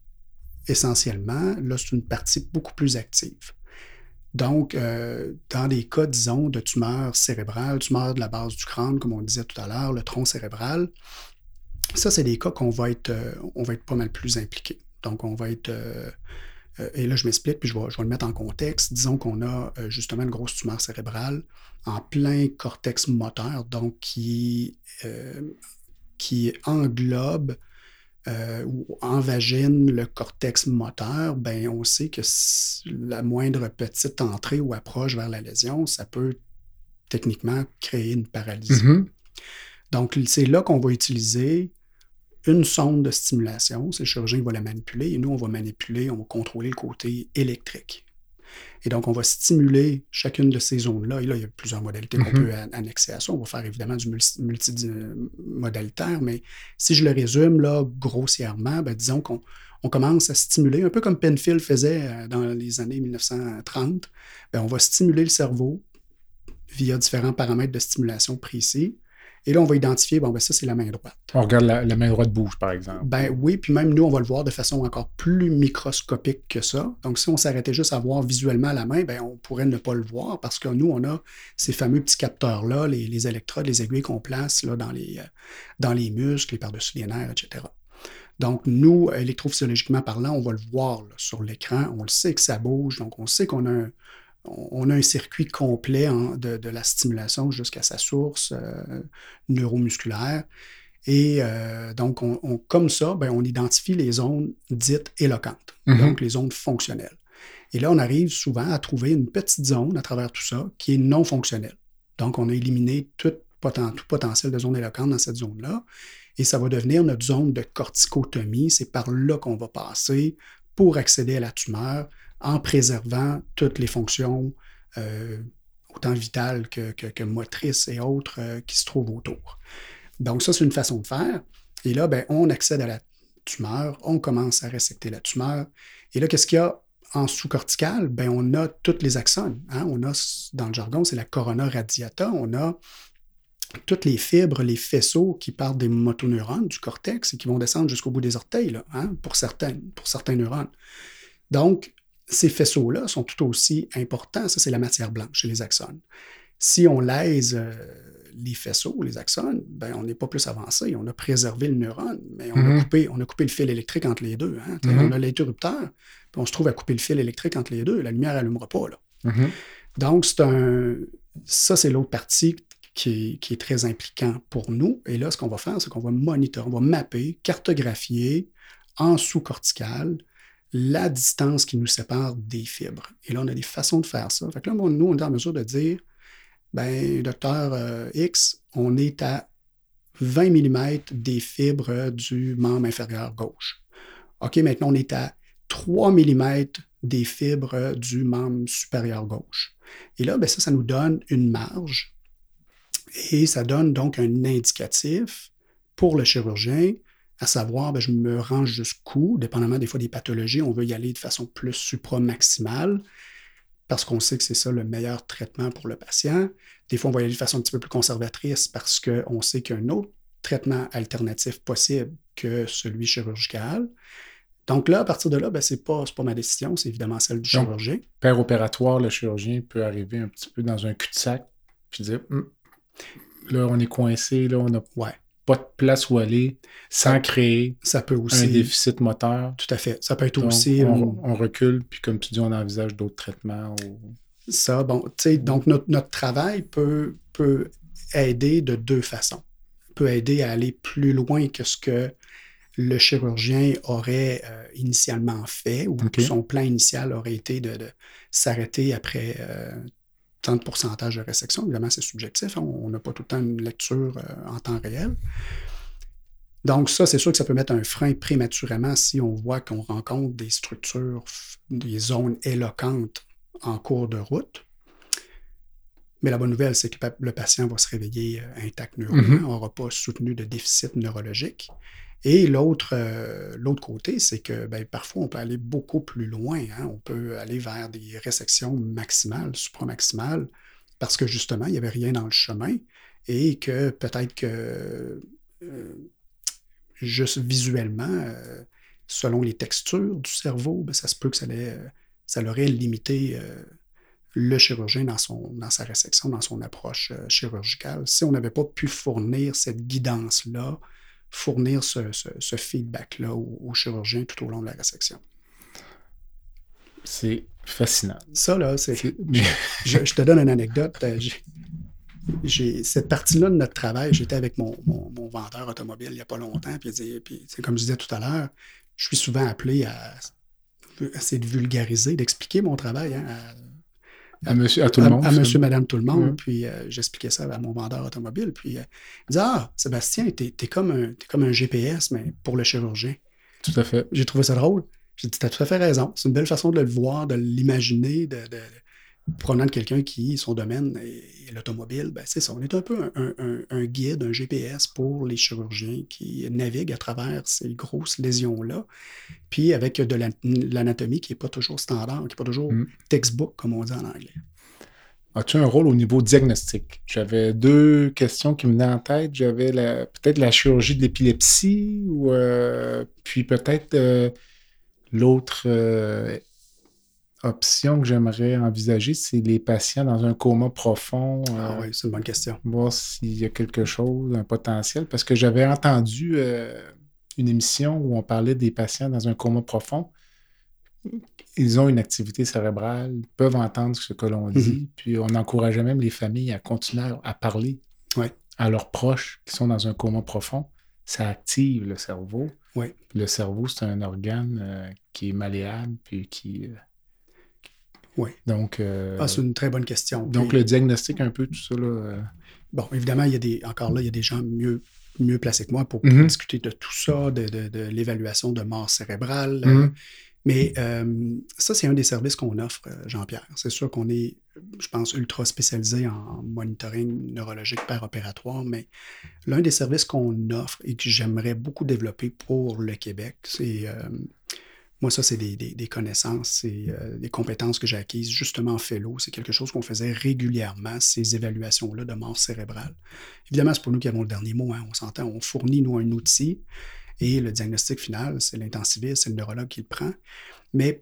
[SPEAKER 3] essentiellement, là, c'est une partie beaucoup plus active. Donc, euh, dans des cas, disons, de tumeurs cérébrales, tumeurs de la base du crâne, comme on disait tout à l'heure, le tronc cérébral, ça, c'est des cas qu'on va être, euh, on va être pas mal plus impliqué. Donc, on va être... Euh, Et là, je m'explique, puis je vais, je vais le mettre en contexte. Disons qu'on a euh, justement une grosse tumeur cérébrale en plein cortex moteur, donc qui, euh, qui englobe euh, ou envagine le cortex moteur. Bien, on sait que la moindre petite entrée ou approche vers la lésion, ça peut techniquement créer une paralysie. Mm-hmm. Donc, c'est là qu'on va utiliser une sonde de stimulation, c'est le chirurgien qui va la manipuler, et nous, on va manipuler, on va contrôler le côté électrique. Et donc, on va stimuler chacune de ces zones-là. Et là, il y a plusieurs modalités mm-hmm. qu'on peut annexer à ça. On va faire évidemment du multimodalitaire, mais si je le résume, là, grossièrement, ben, disons qu'on on commence à stimuler, un peu comme Penfield faisait dans les années mille neuf cent trente, ben, on va stimuler le cerveau via différents paramètres de stimulation précis. Et là, on va identifier, bon, ben ça, c'est la main droite.
[SPEAKER 4] On regarde la, la main droite bouge, par exemple.
[SPEAKER 3] Ben oui, puis même nous, on va le voir de façon encore plus microscopique que ça. Donc, si on s'arrêtait juste à voir visuellement la main, ben on pourrait ne pas le voir parce que nous, on a ces fameux petits capteurs-là, les, les électrodes, les aiguilles qu'on place là, dans, les, dans les muscles, les par-dessus les nerfs, et cetera. Donc, nous, électrophysiologiquement parlant, on va le voir là, sur l'écran. On le sait que ça bouge, donc on sait qu'on a un... On a un circuit complet hein, de, de la stimulation jusqu'à sa source euh, neuromusculaire. Et euh, donc, on, on, comme ça, ben, on identifie les zones dites éloquentes, mm-hmm. donc les zones fonctionnelles. Et là, on arrive souvent à trouver une petite zone à travers tout ça qui est non fonctionnelle. Donc, on a éliminé tout, poten- tout potentiel de zone éloquente dans cette zone-là. Et ça va devenir notre zone de corticotomie. C'est par là qu'on va passer pour accéder à la tumeur, en préservant toutes les fonctions, euh, autant vitales que, que, que motrices et autres, euh, qui se trouvent autour. Donc ça, c'est une façon de faire. Et là, ben, on accède à la tumeur, on commence à resecter la tumeur. Et là, qu'est-ce qu'il y a en sous-cortical? Ben, on a toutes les axones. Hein? On a, dans le jargon, c'est la corona radiata. On a toutes les fibres, les faisceaux qui partent des motoneurones du cortex et qui vont descendre jusqu'au bout des orteils, là, hein? pour, certains, pour certains neurones. Donc, ces faisceaux-là sont tout aussi importants. Ça, c'est la matière blanche chez les axones. Si on lèse euh, les faisceaux, les axones, ben, on n'est pas plus avancé. On a préservé le neurone, mais on, mm-hmm. a, coupé, on a coupé le fil électrique entre les deux. Hein? Mm-hmm. On a l'interrupteur, puis on se trouve à couper le fil électrique entre les deux. La lumière n'allumera pas. Là. Mm-hmm. Donc, c'est un... ça, c'est l'autre partie qui est, qui est très impliquant pour nous. Et là, ce qu'on va faire, c'est qu'on va monitorer, on va mapper, cartographier en sous-cortical la distance qui nous sépare des fibres. Et là, on a des façons de faire ça. Fait que là, bon, nous, on est en mesure de dire, ben, docteur euh, X, on est à vingt millimètres des fibres du membre inférieur gauche. OK, maintenant, on est à trois millimètres des fibres du membre supérieur gauche. Et là, ben, ça, ça nous donne une marge et ça donne donc un indicatif pour le chirurgien à savoir, ben, je me rends jusqu'où, dépendamment des fois des pathologies, on veut y aller de façon plus supramaximale, parce qu'on sait que c'est ça le meilleur traitement pour le patient. Des fois, on va y aller de façon un petit peu plus conservatrice parce qu'on sait qu'il y a un autre traitement alternatif possible que celui chirurgical. Donc là, à partir de là, ben, c'est pas, c'est pas ma décision, c'est évidemment celle du
[SPEAKER 4] Donc,
[SPEAKER 3] chirurgien.
[SPEAKER 4] Père opératoire, le chirurgien peut arriver un petit peu dans un cul-de-sac puis dire hm, là, on est coincé, là, on n'a
[SPEAKER 3] Ouais.
[SPEAKER 4] pas de place où aller, sans
[SPEAKER 3] Ça,
[SPEAKER 4] créer
[SPEAKER 3] ça peut aussi.
[SPEAKER 4] un déficit moteur.
[SPEAKER 3] Tout à fait. Ça peut être
[SPEAKER 4] Donc,
[SPEAKER 3] aussi.
[SPEAKER 4] on,
[SPEAKER 3] une...
[SPEAKER 4] on recule, puis comme tu dis, on envisage d'autres traitements. Ou...
[SPEAKER 3] Ça, bon, tu sais, donc notre, notre travail peut, peut aider de deux façons. Peut aider à aller plus loin que ce que le chirurgien aurait euh, initialement fait, ou
[SPEAKER 4] okay.
[SPEAKER 3] son plan initial aurait été de, de s'arrêter après euh, tant de pourcentage de résection. Évidemment, c'est subjectif, hein, on n'a pas tout le temps une lecture euh, en temps réel. Donc ça, c'est sûr que ça peut mettre un frein prématurément si on voit qu'on rencontre des structures, des zones éloquentes en cours de route. Mais la bonne nouvelle, c'est que le patient va se réveiller intact neurologiquement, mm-hmm. n'aura pas soutenu de déficit neurologique. Et l'autre, euh, l'autre côté, c'est que ben, parfois, on peut aller beaucoup plus loin. Hein? On peut aller vers des résections maximales, supramaximales, parce que justement, il n'y avait rien dans le chemin et que peut-être que euh, juste visuellement, euh, selon les textures du cerveau, ben, ça se peut que ça, allait, euh, ça l'aurait limité euh, le chirurgien dans, son, dans sa résection, dans son approche euh, chirurgicale. Si on n'avait pas pu fournir cette guidance-là, fournir ce, ce, ce feedback-là au, au chirurgien tout au long de la résection.
[SPEAKER 4] C'est fascinant.
[SPEAKER 3] Ça, là, c'est... c'est... Je, je te donne une anecdote. J'ai, j'ai, cette partie-là de notre travail, j'étais avec mon, mon, mon vendeur automobile il n'y a pas longtemps, puis, puis comme je disais tout à l'heure, je suis souvent appelé à, à essayer de vulgariser, d'expliquer mon travail, hein, à,
[SPEAKER 4] À, monsieur, à tout le monde.
[SPEAKER 3] À, à monsieur, madame, tout le monde.
[SPEAKER 4] Mmh.
[SPEAKER 3] Puis euh, j'expliquais ça à mon vendeur automobile. Puis euh, il disait, ah, Sébastien, t'es, t'es, comme un, t'es comme un G P S, mais pour le chirurgien.
[SPEAKER 4] Tout à fait.
[SPEAKER 3] J'ai trouvé ça drôle. J'ai dit, t'as tout à fait raison. C'est une belle façon de le voir, de l'imaginer, de, de, de provenant de quelqu'un qui, son domaine est, est l'automobile. Ben, c'est ça. On est un peu un, un, un guide, un G P S pour les chirurgiens qui naviguent à travers ces grosses lésions-là. Puis avec de la, l'anatomie qui n'est pas toujours standard, qui n'est pas toujours mmh. textbook, comme on dit en anglais.
[SPEAKER 4] As-tu un rôle au niveau diagnostic? J'avais deux questions qui me venaient en tête. J'avais la, peut-être la chirurgie de l'épilepsie, ou euh, puis peut-être euh, l'autre euh, option que j'aimerais envisager, c'est les patients dans un coma profond. Euh,
[SPEAKER 3] ah oui, c'est une bonne question.
[SPEAKER 4] Voir s'il y a quelque chose, un potentiel. Parce que j'avais entendu... Euh, une émission où on parlait des patients dans un coma profond. Ils ont une activité cérébrale, peuvent entendre ce que l'on dit, mm-hmm. puis on encourageait même les familles à continuer à parler
[SPEAKER 3] ouais.
[SPEAKER 4] à leurs proches qui sont dans un coma profond. Ça active le cerveau.
[SPEAKER 3] Ouais.
[SPEAKER 4] Le cerveau, c'est un organe euh, qui est malléable, puis qui... Euh...
[SPEAKER 3] Oui.
[SPEAKER 4] Donc... Euh...
[SPEAKER 3] Ah, c'est une très bonne question.
[SPEAKER 4] Donc,
[SPEAKER 3] puis...
[SPEAKER 4] le diagnostic, un peu, tout ça, là... Euh...
[SPEAKER 3] Bon, évidemment, il y a des... encore là, il y a des gens mieux... mieux placé que moi pour, pour mm-hmm. discuter de tout ça, de, de, de l'évaluation de mort cérébrale. Mm-hmm. Euh, mais euh, ça, c'est un des services qu'on offre, Jean-Pierre. C'est sûr qu'on est, je pense, ultra spécialisé en monitoring neurologique péropératoire, mais l'un des services qu'on offre et que j'aimerais beaucoup développer pour le Québec, c'est... Euh, moi, ça, c'est des, des, des connaissances, c'est euh, des compétences que j'ai acquises justement en fellow. C'est quelque chose qu'on faisait régulièrement, ces évaluations-là de mort cérébrale. Évidemment, c'est pas nous qui avons le dernier mot, hein, on s'entend. On fournit, nous, un outil et le diagnostic final, c'est l'intensiviste, c'est le neurologue qui le prend. Mais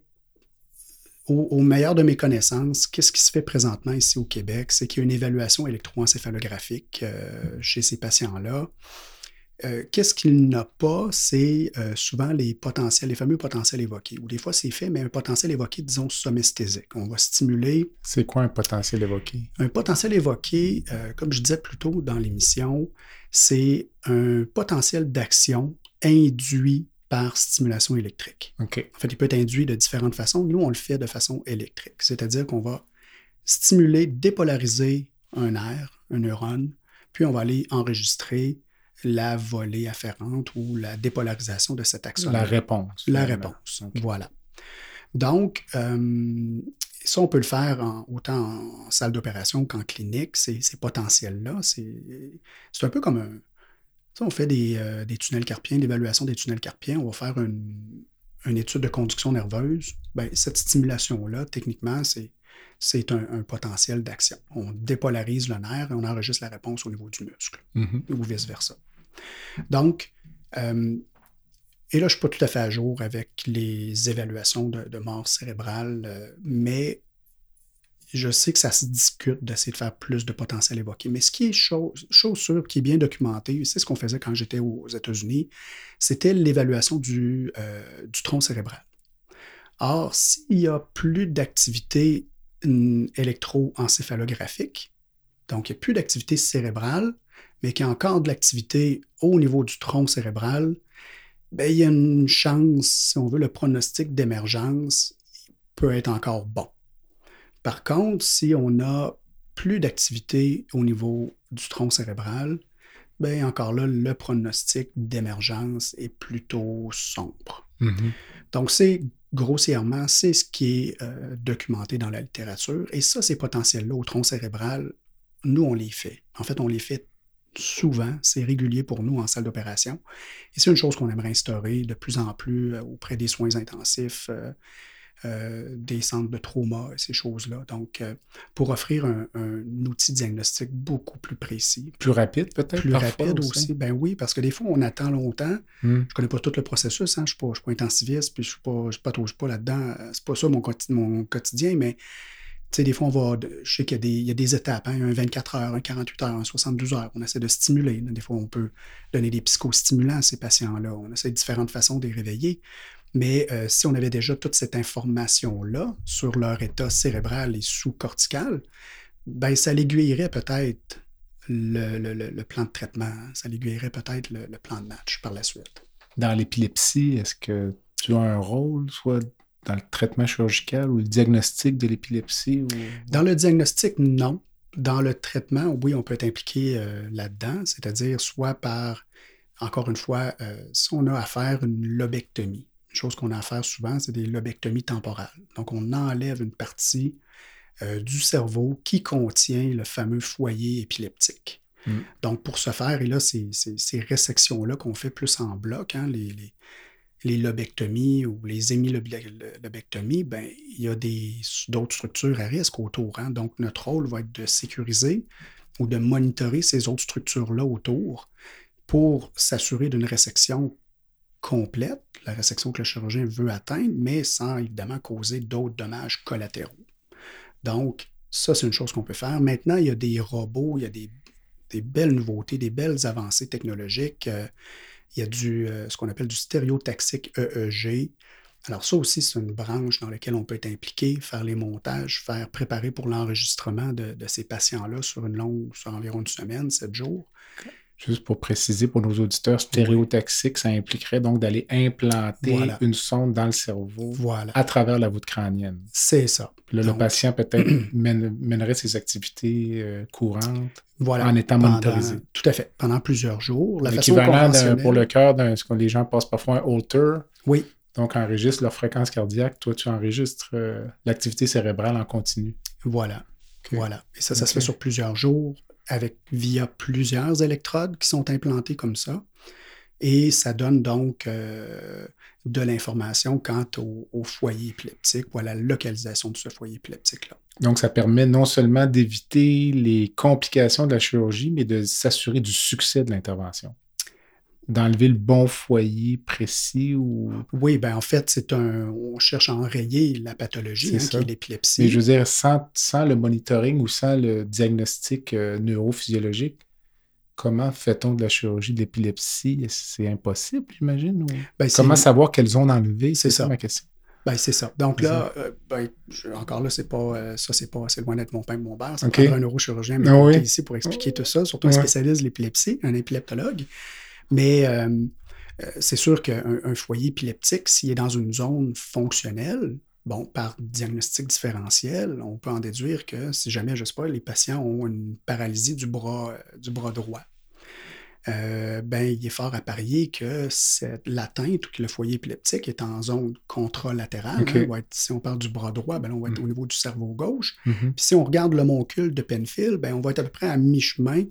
[SPEAKER 3] au, au meilleur de mes connaissances, qu'est-ce qui se fait présentement ici au Québec? C'est qu'il y a une évaluation électroencéphalographique euh, chez ces patients-là. Euh, qu'est-ce qu'il n'a pas, c'est euh, souvent les potentiels, les fameux potentiels évoqués. Ou des fois, c'est fait, mais un potentiel évoqué, disons, somesthésique. On va stimuler...
[SPEAKER 4] C'est quoi un potentiel évoqué?
[SPEAKER 3] Un potentiel évoqué, euh, comme je disais plus tôt dans l'émission, c'est un potentiel d'action induit par stimulation électrique.
[SPEAKER 4] Okay.
[SPEAKER 3] En fait, il peut être induit de différentes façons. Nous, on le fait de façon électrique. C'est-à-dire qu'on va stimuler, dépolariser un nerf, un neurone, puis on va aller enregistrer la volée afférente ou la dépolarisation de cet axone.
[SPEAKER 4] La réponse.
[SPEAKER 3] La réponse, okay. Voilà. Donc, euh, ça, on peut le faire en, autant en salle d'opération qu'en clinique, ces, ces potentiels-là. C'est, c'est un peu comme un... Ça, on fait des, euh, des tunnels carpiens, l'évaluation des tunnels carpiens. On va faire une, une étude de conduction nerveuse. Ben, cette stimulation-là, techniquement, c'est, c'est un, un potentiel d'action. On dépolarise le nerf et on enregistre la réponse au niveau du muscle, mm-hmm. ou vice-versa. Donc, euh, et là, je ne suis pas tout à fait à jour avec les évaluations de, de mort cérébrale, euh, mais je sais que ça se discute d'essayer de faire plus de potentiel évoqué. Mais ce qui est chose, chose sûre, qui est bien documenté, c'est ce qu'on faisait quand j'étais aux États-Unis, c'était l'évaluation du, euh, du tronc cérébral. Or, s'il n'y a plus d'activité électroencéphalographique, donc il n'y a plus d'activité cérébrale, mais qu'il y a encore de l'activité au niveau du tronc cérébral, bien, il y a une chance, si on veut, le pronostic d'émergence peut être encore bon. Par contre, si on n'a plus d'activité au niveau du tronc cérébral, bien encore là, le pronostic d'émergence est plutôt sombre. Mm-hmm. Donc, c'est grossièrement, c'est ce qui est euh, documenté dans la littérature. Et ça, ces potentiels-là au tronc cérébral, nous, on les fait. En fait, on les fait souvent, c'est régulier pour nous en salle d'opération. Et c'est une chose qu'on aimerait instaurer de plus en plus euh, auprès des soins intensifs, euh, euh, des centres de trauma, ces choses-là. Donc, euh, pour offrir un, un outil diagnostic beaucoup plus précis.
[SPEAKER 4] Plus rapide, peut-être?
[SPEAKER 3] Plus rapide aussi. aussi. Ben oui, parce que des fois, on attend longtemps. Mm. Je ne connais pas tout le processus. Hein. Je ne suis, suis pas intensiviste, puis je ne patauge pas là-dedans. C'est pas ça mon, mon quotidien, mais tu sais, des fois, on va. Je sais qu'il y a des, il y a des étapes. Hein. Il y a un vingt-quatre heures, un quarante-huit heures, un soixante-douze heures. On essaie de stimuler. Des fois, on peut donner des psychostimulants à ces patients-là. On essaie de différentes façons de les réveiller. Mais euh, si on avait déjà toute cette information-là sur leur état cérébral et sous-cortical, ben, ça l'aiguillerait peut-être le, le, le plan de traitement. Ça l'aiguillerait peut-être le, le plan de match par la suite.
[SPEAKER 4] Dans l'épilepsie, est-ce que tu as un rôle, soit dans le traitement chirurgical ou le diagnostic de l'épilepsie? Ou...
[SPEAKER 3] Dans le diagnostic, non. Dans le traitement, oui, on peut être impliqué euh, là-dedans, c'est-à-dire soit par, encore une fois, euh, si on a à faire une lobectomie. Une chose qu'on a à faire souvent, c'est des lobectomies temporales. Donc, on enlève une partie euh, du cerveau qui contient le fameux foyer épileptique. Mm. Donc, pour ce faire, et là, c'est, c'est, ces résections-là qu'on fait plus en bloc, hein, les, les, les lobectomies ou les hémilobectomies, ben, il y a des, d'autres structures à risque autour. Hein. Donc, notre rôle va être de sécuriser ou de monitorer ces autres structures-là autour pour s'assurer d'une résection complète, la résection que le chirurgien veut atteindre, mais sans évidemment causer d'autres dommages collatéraux. Donc, ça, c'est une chose qu'on peut faire. Maintenant, il y a des robots, il y a des, des belles nouveautés, des belles avancées technologiques. Euh, il y a du, euh, ce qu'on appelle du stéréotaxique E E G. Alors, ça aussi, c'est une branche dans laquelle on peut être impliqué, faire les montages, faire préparer pour l'enregistrement de, de ces patients-là sur une longue, sur environ une semaine, sept jours.
[SPEAKER 4] Juste pour préciser pour nos auditeurs, stéréotaxique, ça impliquerait donc d'aller implanter voilà. une sonde dans le cerveau
[SPEAKER 3] voilà.
[SPEAKER 4] à travers la voûte crânienne.
[SPEAKER 3] C'est ça.
[SPEAKER 4] Là, donc, le patient peut-être mène, mènerait ses activités euh, courantes
[SPEAKER 3] voilà.
[SPEAKER 4] en étant
[SPEAKER 3] Pendant,
[SPEAKER 4] monitorisé.
[SPEAKER 3] Tout à fait. Pendant plusieurs jours. La
[SPEAKER 4] L'équivalent façon pour le cœur, d'un, ce que les gens passent parfois un Holter.
[SPEAKER 3] Oui.
[SPEAKER 4] Donc, enregistre leur fréquence cardiaque. Toi, tu enregistres euh, l'activité cérébrale en continu.
[SPEAKER 3] Voilà. Okay. Voilà. Et ça, ça okay. se fait sur plusieurs jours. Avec, via plusieurs électrodes qui sont implantées comme ça. Et ça donne donc euh, de l'information quant au, au foyer épileptique ou à la localisation de ce foyer épileptique-là.
[SPEAKER 4] Donc, ça permet non seulement d'éviter les complications de la chirurgie, mais de s'assurer du succès de l'intervention. D'enlever le bon foyer précis ou...
[SPEAKER 3] Oui, bien en fait, c'est un. On cherche à enrayer la pathologie, hein, qui est l'épilepsie.
[SPEAKER 4] Mais je veux dire, sans, sans le monitoring ou sans le diagnostic euh, neurophysiologique, comment fait-on de la chirurgie de l'épilepsie? C'est impossible, j'imagine? Ou...
[SPEAKER 3] Ben,
[SPEAKER 4] comment savoir quelle zone enlever?
[SPEAKER 3] C'est, c'est ça.
[SPEAKER 4] ça ma question.
[SPEAKER 3] Ben, c'est ça. Donc là, euh, ben, je, encore là, c'est pas, euh, ça, c'est pas assez loin d'être mon pain et mon beurre. Ça
[SPEAKER 4] okay.
[SPEAKER 3] prendra un neurochirurgien mais ah, oui. ici pour expliquer tout ça, surtout un ouais. spécialiste de l'épilepsie, un épileptologue. Mais euh, euh, c'est sûr qu'un un foyer épileptique, s'il est dans une zone fonctionnelle, bon, par diagnostic différentiel, on peut en déduire que si jamais, je ne sais pas, les patients ont une paralysie du bras, euh, du bras droit, euh, ben, il est fort à parier que cette, l'atteinte ou que le foyer épileptique est en zone contralatérale. Okay. Hein, va être, si on parle du bras droit, ben, on va être mm-hmm. au niveau du cerveau gauche. Mm-hmm. Puis si on regarde l'homoncule de Penfield, ben, on va être à peu près à mi-chemin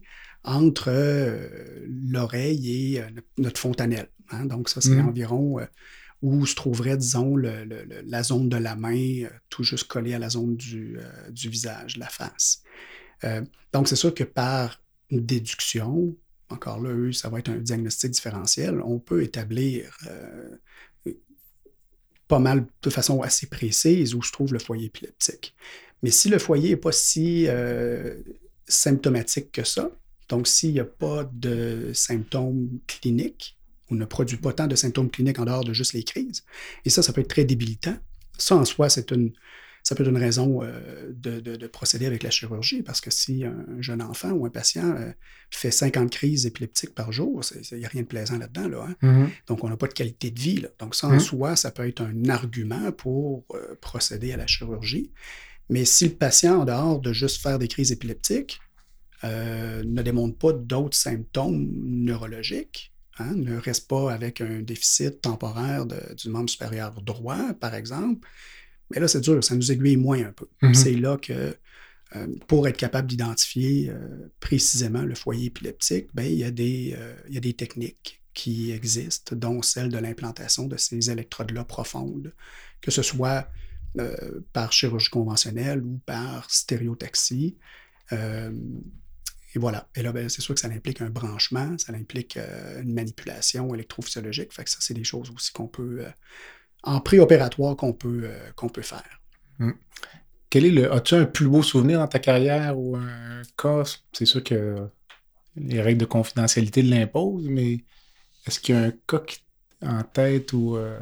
[SPEAKER 3] entre euh, l'oreille et euh, notre fontanelle. Hein? Donc, ça, c'est mmh. environ euh, où se trouverait, disons, le, le, le, la zone de la main, euh, tout juste collée à la zone du, euh, du visage, la face. Euh, donc, c'est sûr que par déduction, encore là, eux, ça va être un diagnostic différentiel, on peut établir euh, pas mal de façon assez précise où se trouve le foyer épileptique. Mais si le foyer n'est pas si euh, symptomatique que ça, donc s'il n'y a pas de symptômes cliniques, ou ne produit pas tant de symptômes cliniques en dehors de juste les crises, et ça, ça peut être très débilitant. Ça, en soi, c'est une, ça peut être une raison euh, de, de, de procéder avec la chirurgie, parce que si un jeune enfant ou un patient euh, fait cinquante crises épileptiques par jour, il n'y a rien de plaisant là-dedans. Là, hein? Mm-hmm. Donc, on n'a pas de qualité de vie. Là. Donc, ça, en mm-hmm. soi, ça peut être un argument pour euh, procéder à la chirurgie. Mais si le patient, en dehors de juste faire des crises épileptiques, euh, ne démontre pas d'autres symptômes neurologiques, hein, ne reste pas avec un déficit temporaire de, du membre supérieur droit, par exemple, mais là, c'est dur, ça nous aiguille moins un peu. Mm-hmm. C'est là que, euh, pour être capable d'identifier euh, précisément le foyer épileptique, ben, il y a des, euh, il y a des techniques qui existent, dont celle de l'implantation de ces électrodes-là profondes, que ce soit euh, par chirurgie conventionnelle ou par stéréotaxie. Euh, et voilà. Et là, ben, c'est sûr que ça implique un branchement, ça implique euh, une manipulation électrophysiologique. Fait que ça, c'est des choses aussi qu'on peut... Euh, en préopératoire qu'on peut, euh, qu'on peut faire.
[SPEAKER 4] Hum. Quel est le... As-tu un plus beau souvenir dans ta carrière ou un cas? C'est sûr que les règles de confidentialité l'imposent, mais est-ce qu'il y a un cas qui... en tête ou... Euh...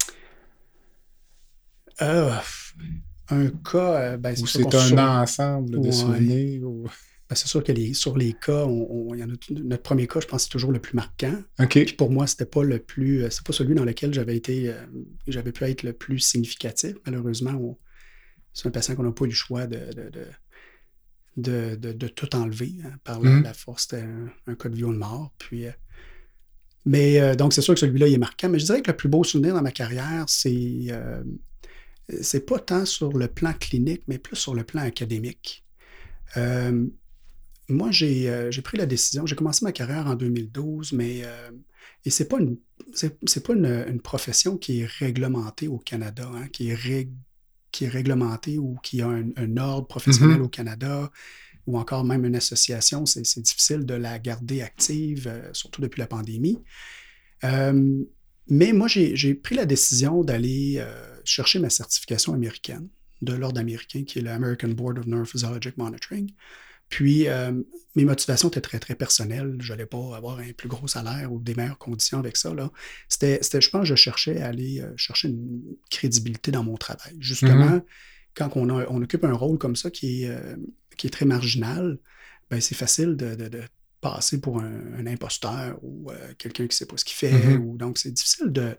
[SPEAKER 3] Euh, un cas... Euh, ben, c'est
[SPEAKER 4] ou c'est un sur... ensemble de ouais. souvenirs? Ou...
[SPEAKER 3] Ben, c'est sûr que les, sur les cas, on, on, y en a, notre premier cas, je pense, c'est toujours le plus marquant.
[SPEAKER 4] Okay.
[SPEAKER 3] Puis pour moi, c'était pas le plus, c'est pas celui dans lequel j'avais été, euh, j'avais pu être le plus significatif. Malheureusement, on, c'est un patient qu'on n'a pas eu le choix de, de, de, de, de, de tout enlever hein, par la, mm-hmm. la force. C'était un, un cas de vie ou de mort. Puis, euh, mais euh, donc, c'est sûr que celui-là, il est marquant. Mais je dirais que le plus beau souvenir dans ma carrière, c'est, euh, c'est pas tant sur le plan clinique, mais plus sur le plan académique. Euh, Moi, j'ai, euh, j'ai pris la décision, j'ai commencé ma carrière en deux mille douze, mais euh, et c'est pas, une, c'est, c'est pas une, une profession qui est réglementée au Canada, hein, qui, est rég, qui est réglementée ou qui a un, un ordre professionnel mm-hmm. au Canada, ou encore même une association. C'est, c'est difficile de la garder active, euh, surtout depuis la pandémie. Euh, mais moi, j'ai, j'ai pris la décision d'aller euh, chercher ma certification américaine de l'ordre américain, qui est l'American Board of Neurophysiologic Monitoring. Puis, euh, mes motivations étaient très, très personnelles. Je n'allais pas avoir un plus gros salaire ou des meilleures conditions avec ça. Là. C'était, c'était, je pense que je cherchais à aller euh, chercher une crédibilité dans mon travail. Justement, mm-hmm. quand on, a, on occupe un rôle comme ça qui est, euh, qui est très marginal, ben, c'est facile de, de, de passer pour un, un imposteur ou euh, quelqu'un qui ne sait pas ce qu'il fait. Mm-hmm. Ou, donc, c'est difficile de,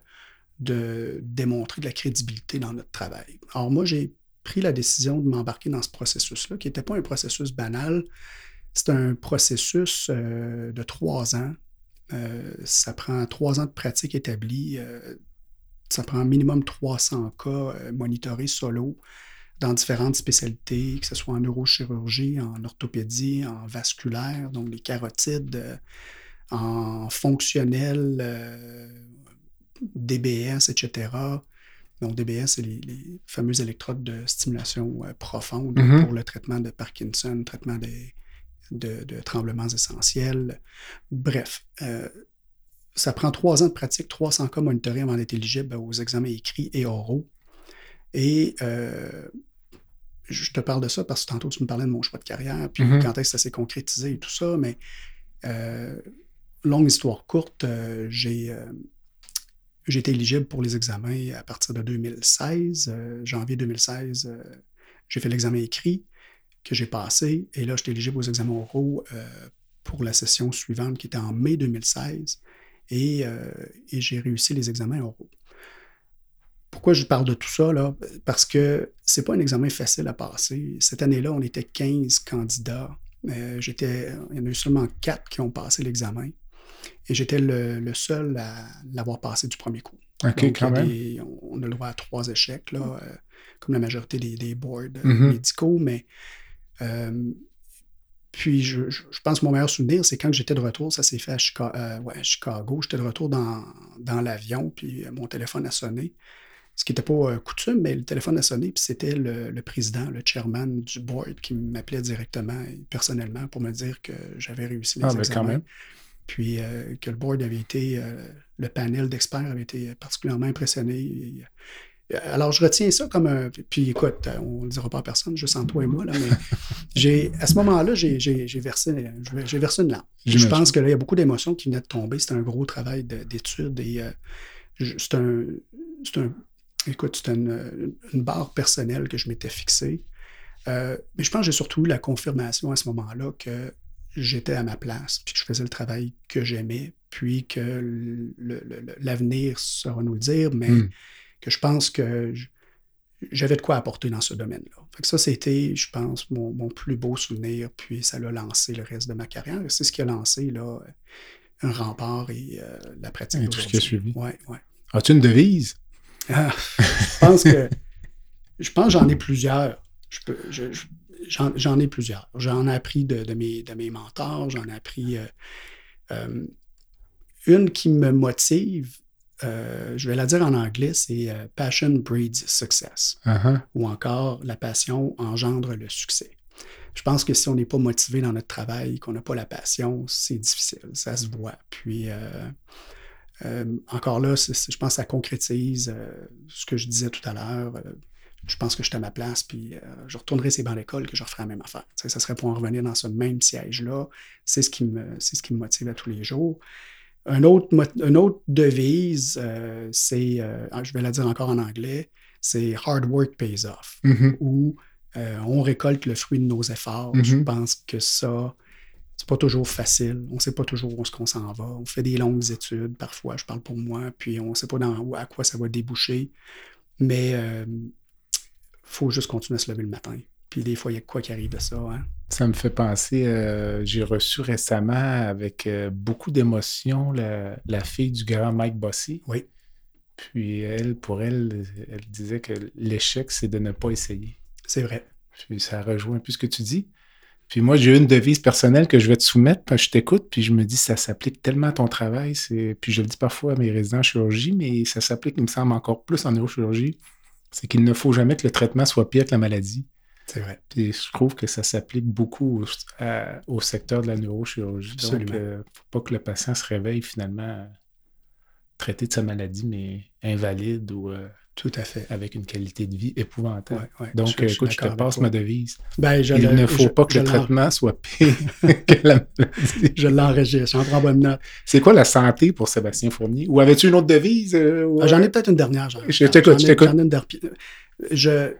[SPEAKER 3] de démontrer de la crédibilité dans notre travail. Alors, moi, j'ai pris la décision de m'embarquer dans ce processus-là, qui n'était pas un processus banal. C'est un processus euh, de trois ans. Euh, ça prend trois ans de pratique établie. Euh, ça prend minimum trois cents cas euh, monitorés solo dans différentes spécialités, que ce soit en neurochirurgie, en orthopédie, en vasculaire, donc les carotides, euh, en fonctionnel, euh, D B S, et cetera. Donc, D B S, c'est les, les fameuses électrodes de stimulation euh, profonde mm-hmm. pour le traitement de Parkinson, traitement des, de, de tremblements essentiels. Bref, euh, ça prend trois ans de pratique, trois cents cas monitorés avant d'être éligible aux examens écrits et oraux. Et euh, je te parle de ça parce que tantôt, tu me parlais de mon choix de carrière, puis mm-hmm. quand est-ce que ça s'est concrétisé et tout ça, mais euh, longue histoire courte, euh, j'ai... Euh, J'ai été éligible pour les examens à partir de deux mille seize. Euh, janvier deux mille seize, euh, j'ai fait l'examen écrit que j'ai passé. Et là, j'étais éligible aux examens oraux euh, pour la session suivante qui était en mai deux mille seize. Et, euh, et j'ai réussi les examens oraux. Pourquoi je parle de tout ça, là? Parce que c'est pas un examen facile à passer. Cette année-là, on était quinze candidats. Euh, j'étais, il y en a eu seulement quatre qui ont passé l'examen. Et j'étais le, le seul à l'avoir passé du premier coup.
[SPEAKER 4] OK,
[SPEAKER 3] donc,
[SPEAKER 4] quand même.
[SPEAKER 3] Des, on a le droit à trois échecs, là, euh, comme la majorité des, des boards
[SPEAKER 4] mm-hmm.
[SPEAKER 3] médicaux, mais euh, puis je, je, je pense que mon meilleur souvenir, c'est quand j'étais de retour, ça s'est fait à Chicago, euh, ouais, à Chicago. J'étais de retour dans, dans l'avion, puis mon téléphone a sonné. Ce qui n'était pas euh, coutume, mais le téléphone a sonné, puis c'était le, le président, le chairman du board qui m'appelait directement et personnellement pour me dire que j'avais réussi les
[SPEAKER 4] ah,
[SPEAKER 3] examens.
[SPEAKER 4] Ben quand même.
[SPEAKER 3] Puis euh, que le board avait été, euh, le panel d'experts avait été particulièrement impressionné. Et, euh, alors, je retiens ça comme un... Puis écoute, on ne le dira pas à personne, juste entre toi et moi, là, mais j'ai, à ce moment-là, j'ai, j'ai, j'ai, versé, j'ai versé une larme. Je pense que là, il y a beaucoup d'émotions qui venaient de tomber. C'était un gros travail de, d'études et euh, c'est un... C'est un Écoute, c'était une, une barre personnelle que je m'étais fixée. Euh, mais je pense que j'ai surtout eu la confirmation à ce moment-là que j'étais à ma place, puis que je faisais le travail que j'aimais, puis que le, le, le, l'avenir saura nous le dire, mais mm. que je pense que je, j'avais de quoi apporter dans ce domaine-là. Fait que ça, c'était, je pense, mon, mon plus beau souvenir, puis ça l'a lancé le reste de ma carrière. C'est ce qui a lancé là, un rempart et euh, la pratique
[SPEAKER 4] et tout ce qui a suivi.
[SPEAKER 3] Ouais, ouais.
[SPEAKER 4] As-tu une devise?
[SPEAKER 3] Ah, je pense que je pense que j'en ai plusieurs. Je peux, je, je, j'en, j'en ai plusieurs. J'en ai appris de, de, mes, de mes mentors. J'en ai appris euh, euh, une qui me motive. Euh, je vais la dire en anglais, c'est euh, « Passion breeds success uh-huh. » ou encore « La passion engendre le succès ». Je pense que si on n'est pas motivé dans notre travail, qu'on n'a pas la passion, c'est difficile. Ça se voit. Puis... Euh, Euh, encore là, c'est, c'est, je pense que ça concrétise euh, ce que je disais tout à l'heure. Euh, je pense que je suis à ma place, puis euh, je retournerai ces bancs d'école que je referai la même affaire. T'sais, ça serait pour en revenir dans ce même siège-là. C'est ce qui me, c'est ce qui me motive à tous les jours. Un autre, une autre devise, euh, c'est, euh, je vais la dire encore en anglais, c'est « Hard work pays off mm-hmm. » où euh, on récolte le fruit de nos efforts. Mm-hmm. Je pense que ça... C'est pas toujours facile. On ne sait pas toujours où est-ce qu'on s'en va. On fait des longues études, parfois, je parle pour moi, puis on ne sait pas dans, à quoi ça va déboucher. Mais il euh, faut juste continuer à se lever le matin. Puis des fois, il y a quoi qui arrive de ça. Hein?
[SPEAKER 4] Ça me fait penser, euh, j'ai reçu récemment avec euh, beaucoup d'émotion la, la fille du grand Mike Bossy.
[SPEAKER 3] Oui.
[SPEAKER 4] Puis elle, pour elle, elle disait que l'échec, c'est de ne pas essayer.
[SPEAKER 3] C'est vrai.
[SPEAKER 4] Puis ça rejoint un peu ce que tu dis. Puis moi, j'ai une devise personnelle que je vais te soumettre, puis je t'écoute, puis je me dis, ça s'applique tellement à ton travail. C'est... Puis je le dis parfois à mes résidents en chirurgie, mais ça s'applique, il me semble, encore plus en neurochirurgie. C'est qu'il ne faut jamais que le traitement soit pire que la maladie.
[SPEAKER 3] C'est vrai.
[SPEAKER 4] Puis je trouve que ça s'applique beaucoup au, à, au secteur de la neurochirurgie. Absolument. Donc, il ne faut pas que le patient se réveille finalement traité de sa maladie, mais invalide ou... Euh,
[SPEAKER 3] Tout à fait.
[SPEAKER 4] Avec une qualité de vie épouvantable.
[SPEAKER 3] Ouais, ouais.
[SPEAKER 4] Donc, je, écoute, je, je te passe ma devise.
[SPEAKER 3] Ben, je
[SPEAKER 4] Il
[SPEAKER 3] le,
[SPEAKER 4] ne faut
[SPEAKER 3] je,
[SPEAKER 4] pas que le traitement soit pire que la maladie.
[SPEAKER 3] Je l'enregistre, j'en prends bonne note.
[SPEAKER 4] C'est quoi la santé pour Sébastien Fournier? Ou avais-tu une autre devise? Euh, ou...
[SPEAKER 3] ah, j'en ai peut-être une dernière. J'en,
[SPEAKER 4] je t'écoute, je t'écoute.
[SPEAKER 3] J'en ai une der... je...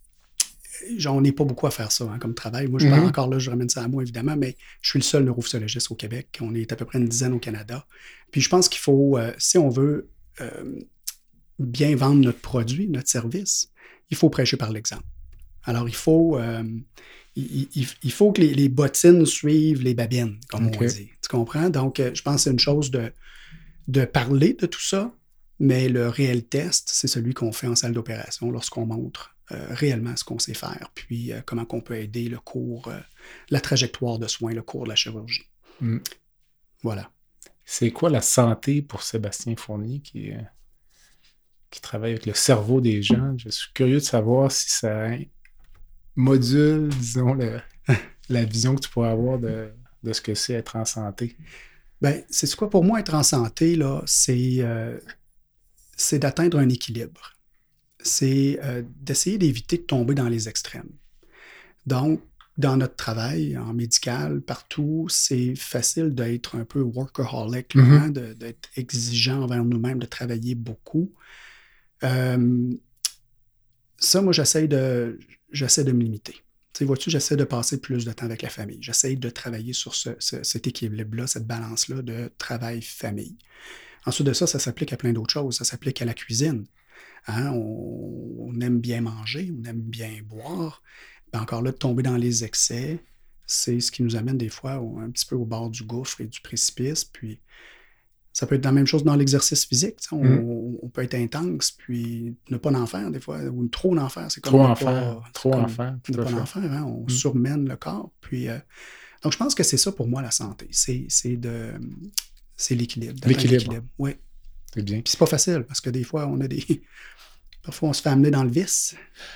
[SPEAKER 3] On n'est pas beaucoup à faire ça hein, comme travail. Moi, je parle mm-hmm. encore là, je ramène ça à moi, évidemment, mais je suis le seul neurophysiologiste au Québec. On est à peu près une dizaine au Canada. Puis je pense qu'il faut, euh, si on veut... Euh, bien vendre notre produit, notre service, il faut prêcher par l'exemple. Alors, il faut, euh, il, il, il faut que les, les bottines suivent les babines, comme okay. on dit. Tu comprends? Donc, euh, je pense que c'est une chose de, de parler de tout ça, mais le réel test, c'est celui qu'on fait en salle d'opération lorsqu'on montre euh, réellement ce qu'on sait faire, puis euh, comment on peut aider le cours, euh, la trajectoire de soins, le cours de la chirurgie. Mm. Voilà.
[SPEAKER 4] C'est quoi la santé pour Sébastien Fournier qui est... qui travaille avec le cerveau des gens. Je suis curieux de savoir si ça module, disons, le, la vision que tu pourrais avoir de, de ce que c'est être en santé.
[SPEAKER 3] Bien, c'est quoi pour moi être en santé, là, c'est, euh, c'est d'atteindre un équilibre. C'est euh, d'essayer d'éviter de tomber dans les extrêmes. Donc, dans notre travail, en médical, partout, c'est facile d'être un peu workaholic, là, mm-hmm. hein, de, d'être exigeant envers nous-mêmes, de travailler beaucoup. Euh, ça, moi, j'essaie de, j'essaie de me limiter. Tu sais, vois-tu, j'essaie de passer plus de temps avec la famille. J'essaie de travailler sur ce, ce, cet équilibre-là, cette balance-là de travail-famille. Ensuite de ça, ça s'applique à plein d'autres choses. Ça s'applique à la cuisine. Hein? On, on aime bien manger, on aime bien boire. Ben encore là, de tomber dans les excès, c'est ce qui nous amène des fois au, un petit peu au bord du gouffre et du précipice. Puis, ça peut être la même chose dans l'exercice physique. On, mm. on peut être intense, puis ne pas en faire des fois, ou trop en faire. C'est comme
[SPEAKER 4] trop
[SPEAKER 3] en
[SPEAKER 4] faire. Trop en faire.
[SPEAKER 3] Ne pas en faire. Hein? On mm. surmène le corps. Puis, euh, Donc, je pense que c'est ça pour moi, la santé. C'est, c'est, de, c'est l'équilibre. d'atteindre
[SPEAKER 4] L'équilibre.
[SPEAKER 3] l'équilibre. Oui.
[SPEAKER 4] C'est bien.
[SPEAKER 3] Puis c'est pas facile parce que des fois, on a des. Parfois, on se fait amener dans le vice.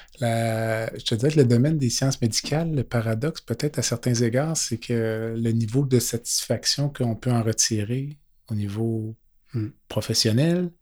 [SPEAKER 4] La- je te dirais que le domaine des sciences médicales, le paradoxe, peut-être à certains égards, c'est que le niveau de satisfaction qu'on peut en retirer au niveau
[SPEAKER 3] Hmm.
[SPEAKER 4] professionnel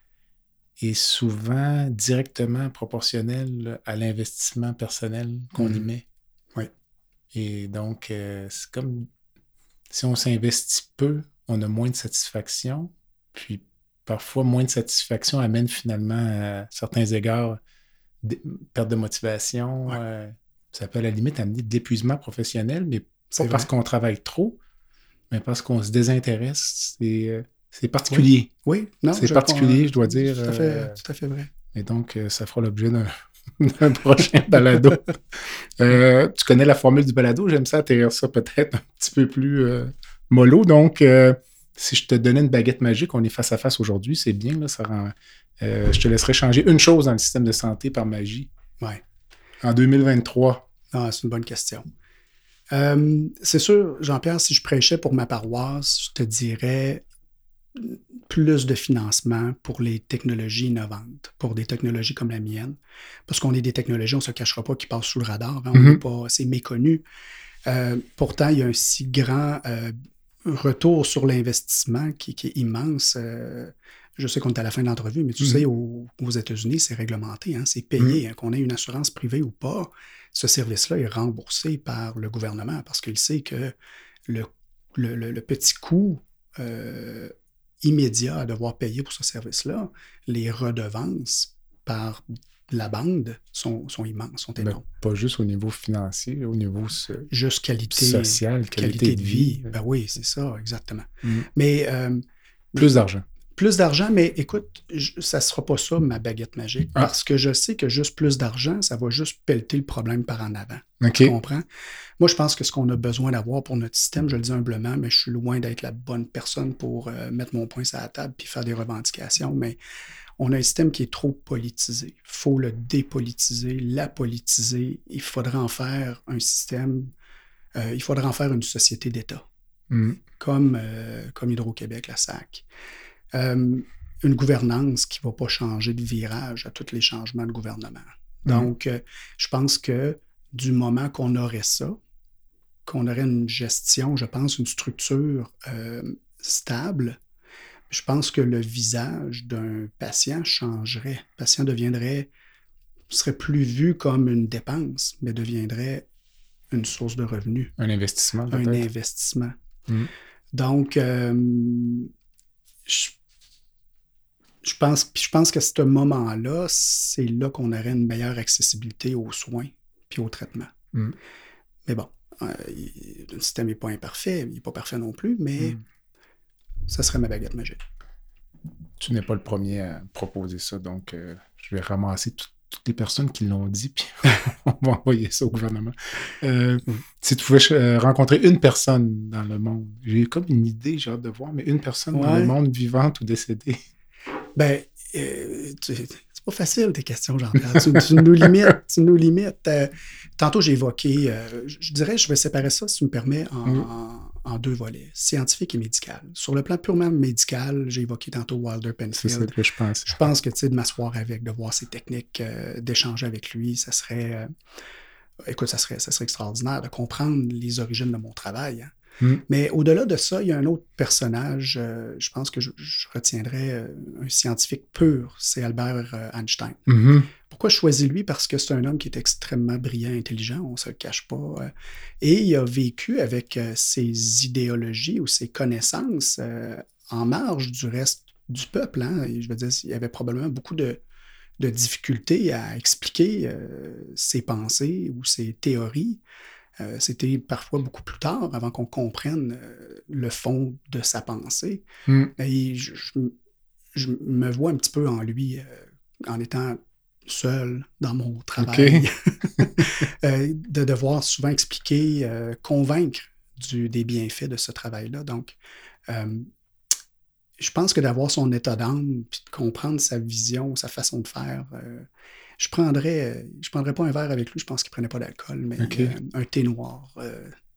[SPEAKER 4] est souvent directement proportionnel à l'investissement personnel qu'on y
[SPEAKER 3] Mhm.
[SPEAKER 4] met.
[SPEAKER 3] Oui.
[SPEAKER 4] Et donc, euh, c'est comme si on s'investit peu, on a moins de satisfaction, puis parfois moins de satisfaction amène finalement à certains égards des- perte de motivation.
[SPEAKER 3] Ouais.
[SPEAKER 4] euh, ça peut à la limite amener de l'épuisement professionnel, mais pas
[SPEAKER 3] C'est
[SPEAKER 4] parce
[SPEAKER 3] vrai.
[SPEAKER 4] qu'on travaille trop, mais parce qu'on se désintéresse. C'est, euh, c'est particulier.
[SPEAKER 3] Oui, non,
[SPEAKER 4] C'est
[SPEAKER 3] je
[SPEAKER 4] particulier,
[SPEAKER 3] comprends.
[SPEAKER 4] je dois dire.
[SPEAKER 3] Tout à fait,
[SPEAKER 4] euh,
[SPEAKER 3] tout à fait vrai.
[SPEAKER 4] et donc, euh, ça fera l'objet d'un, d'un prochain balado. Euh, tu connais la formule du balado, j'aime ça atterrir ça peut-être un petit peu plus euh, mollo. Donc, euh, si je te donnais une baguette magique, on est face à face aujourd'hui, c'est bien, là, ça rend, euh, je te laisserai changer une chose dans le système de santé par magie.
[SPEAKER 3] Ouais.
[SPEAKER 4] En deux mille vingt-trois,
[SPEAKER 3] Ah, c'est une bonne question. Euh, c'est sûr, Jean-Pierre, si je prêchais pour ma paroisse, je te dirais plus de financement pour les technologies innovantes, pour des technologies comme la mienne. Parce qu'on est des technologies, on ne se cachera pas, qui passent sous le radar. Hein, on
[SPEAKER 4] Mhm.
[SPEAKER 3] n'est pas assez méconnu. Euh, pourtant, il y a un si grand euh, retour sur l'investissement qui, qui est immense. Euh, je sais qu'on est à la fin de l'entrevue, mais tu
[SPEAKER 4] Mhm.
[SPEAKER 3] sais, au- aux États-Unis, c'est réglementé, hein, c'est payé, hein, qu'on ait une assurance privée ou pas. Ce service-là est remboursé par le gouvernement parce qu'il sait que le, le- le- le petit coût euh, immédiat à devoir payer pour ce service-là, les redevances par la bande sont, sont immenses, sont
[SPEAKER 4] ben,
[SPEAKER 3] énormes.
[SPEAKER 4] pas juste au niveau financier, au niveau so-
[SPEAKER 3] Juste qualité,
[SPEAKER 4] social, qualité,
[SPEAKER 3] qualité
[SPEAKER 4] de vie.
[SPEAKER 3] Ben oui, c'est ça, exactement.
[SPEAKER 4] Mm.
[SPEAKER 3] Mais euh,
[SPEAKER 4] Plus d'argent.
[SPEAKER 3] plus d'argent, mais écoute, je- ça ne sera pas ça, ma baguette magique,
[SPEAKER 4] Ah.
[SPEAKER 3] parce que je sais que juste plus d'argent, ça va juste pelleter le problème par en avant.
[SPEAKER 4] OK.
[SPEAKER 3] Tu comprends? Moi, je pense que ce qu'on a besoin d'avoir pour notre système, je le dis humblement, mais je suis loin d'être la bonne personne pour euh, mettre mon point sur la table puis faire des revendications, mais on a un système qui est trop politisé. Il faut le dépolitiser, la politiser. Il faudra en faire un système, euh, il faudra en faire une société d'État,
[SPEAKER 4] Mm.
[SPEAKER 3] comme, euh, comme Hydro-Québec, la S A C. Euh, une gouvernance qui ne va pas changer de virage à tous les changements de gouvernement. Donc, euh, je pense que du moment qu'on aurait ça, qu'on aurait une gestion, je pense, une structure euh, stable, je pense que le visage d'un patient changerait. Le patient deviendrait, serait plus vu comme une dépense, mais deviendrait une source de revenus,
[SPEAKER 4] Un investissement,
[SPEAKER 3] un
[SPEAKER 4] peut-être.
[SPEAKER 3] investissement.
[SPEAKER 4] Mm.
[SPEAKER 3] Donc, euh, je, je pense, puis je pense qu'à ce moment-là, c'est là qu'on aurait une meilleure accessibilité aux soins puis aux traitements.
[SPEAKER 4] Mm.
[SPEAKER 3] Mais bon, euh, il- le système n'est pas imparfait, il n'est pas parfait non plus, mais
[SPEAKER 4] Mm.
[SPEAKER 3] ça serait ma baguette magique.
[SPEAKER 4] Tu n'es pas le premier à proposer ça, donc euh, je vais ramasser tout- toutes les personnes qui l'ont dit, puis on va envoyer ça au gouvernement. Euh,
[SPEAKER 3] Mm.
[SPEAKER 4] Si tu pouvais euh, rencontrer une personne dans le monde, j'ai comme une idée, j'ai hâte de voir, mais une personne dans
[SPEAKER 3] Ouais.
[SPEAKER 4] le monde vivante ou décédée.
[SPEAKER 3] Ben, euh, tu- c'est pas facile tes questions, Jean-Pierre. tu, tu nous limites. Tu nous limites. Euh, tantôt, j'ai évoqué, euh, je dirais, je vais séparer ça, si tu me permets, en,
[SPEAKER 4] Oui.
[SPEAKER 3] en- en deux volets, scientifique et médical. Sur le plan purement médical, j'ai évoqué tantôt Wilder
[SPEAKER 4] C'est ça
[SPEAKER 3] Penfield.
[SPEAKER 4] que je pense.
[SPEAKER 3] Je pense que, tu sais, de m'asseoir avec, de voir ses techniques, euh, d'échanger avec lui, ça serait, euh, écoute, ça serait, ça serait extraordinaire de comprendre les origines de mon travail. Hein.
[SPEAKER 4] Mm.
[SPEAKER 3] Mais au-delà de ça, il y a un autre personnage, euh, je pense que je, je retiendrai euh, un scientifique pur, c'est Albert euh, Einstein.
[SPEAKER 4] Mhm.
[SPEAKER 3] Pourquoi je choisis lui? Parce que c'est un homme qui est extrêmement brillant, intelligent, on ne se le cache pas. euh, et il a vécu avec euh, ses idéologies ou ses connaissances euh, en marge du reste du peuple. Hein. Et je veux dire, il y avait probablement beaucoup de, de difficultés à expliquer euh, ses pensées ou ses théories. Euh, c'était parfois beaucoup plus tard, avant qu'on comprenne euh, le fond de sa pensée.
[SPEAKER 4] Mm.
[SPEAKER 3] Et je, je, je me vois un petit peu en lui, euh, en étant seul dans mon travail, euh, de devoir souvent expliquer, euh, convaincre du, des bienfaits de ce travail-là. Donc, euh, je pense que d'avoir son état d'âme, puis de comprendre sa vision, sa façon de faire, euh, je prendrais, je prendrais pas un verre avec lui, je pense qu'il prenait pas d'alcool, mais
[SPEAKER 4] Ok.
[SPEAKER 3] euh, un thé noir, euh,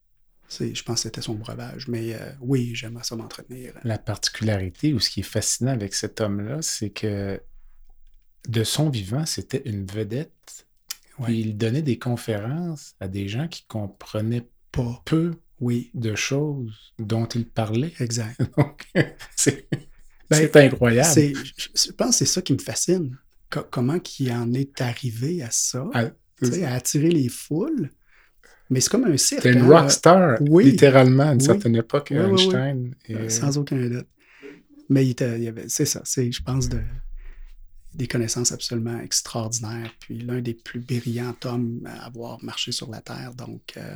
[SPEAKER 3] C'est, je pense que c'était son breuvage. Mais euh, oui, j'aimerais ça m'entretenir.
[SPEAKER 4] La particularité ou ce qui est fascinant avec cet homme-là, c'est que de son vivant, c'était une vedette.
[SPEAKER 3] Ouais.
[SPEAKER 4] Puis il donnait des conférences à des gens qui comprenaient
[SPEAKER 3] Pas.
[SPEAKER 4] peu
[SPEAKER 3] Oui,
[SPEAKER 4] de choses dont il parlait.
[SPEAKER 3] exact.
[SPEAKER 4] Donc, c'est,
[SPEAKER 3] Ben,
[SPEAKER 4] c'est incroyable.
[SPEAKER 3] C'est, je, je pense que c'est ça qui me fascine. Co- comment il en est arrivé à ça,
[SPEAKER 4] Ah,
[SPEAKER 3] tu sais, à attirer les foules. Mais c'est comme un cirque.
[SPEAKER 4] c'était une
[SPEAKER 3] hein,
[SPEAKER 4] rockstar,
[SPEAKER 3] oui.
[SPEAKER 4] littéralement, à une
[SPEAKER 3] Oui.
[SPEAKER 4] certaine époque,
[SPEAKER 3] Oui, oui, oui.
[SPEAKER 4] Einstein. Et,
[SPEAKER 3] euh, Sans aucun doute. Mais il, était, il y avait, c'est ça, c'est, je pense, de, des connaissances absolument extraordinaires. Puis l'un des plus brillants hommes à avoir marché sur la Terre. Donc, euh,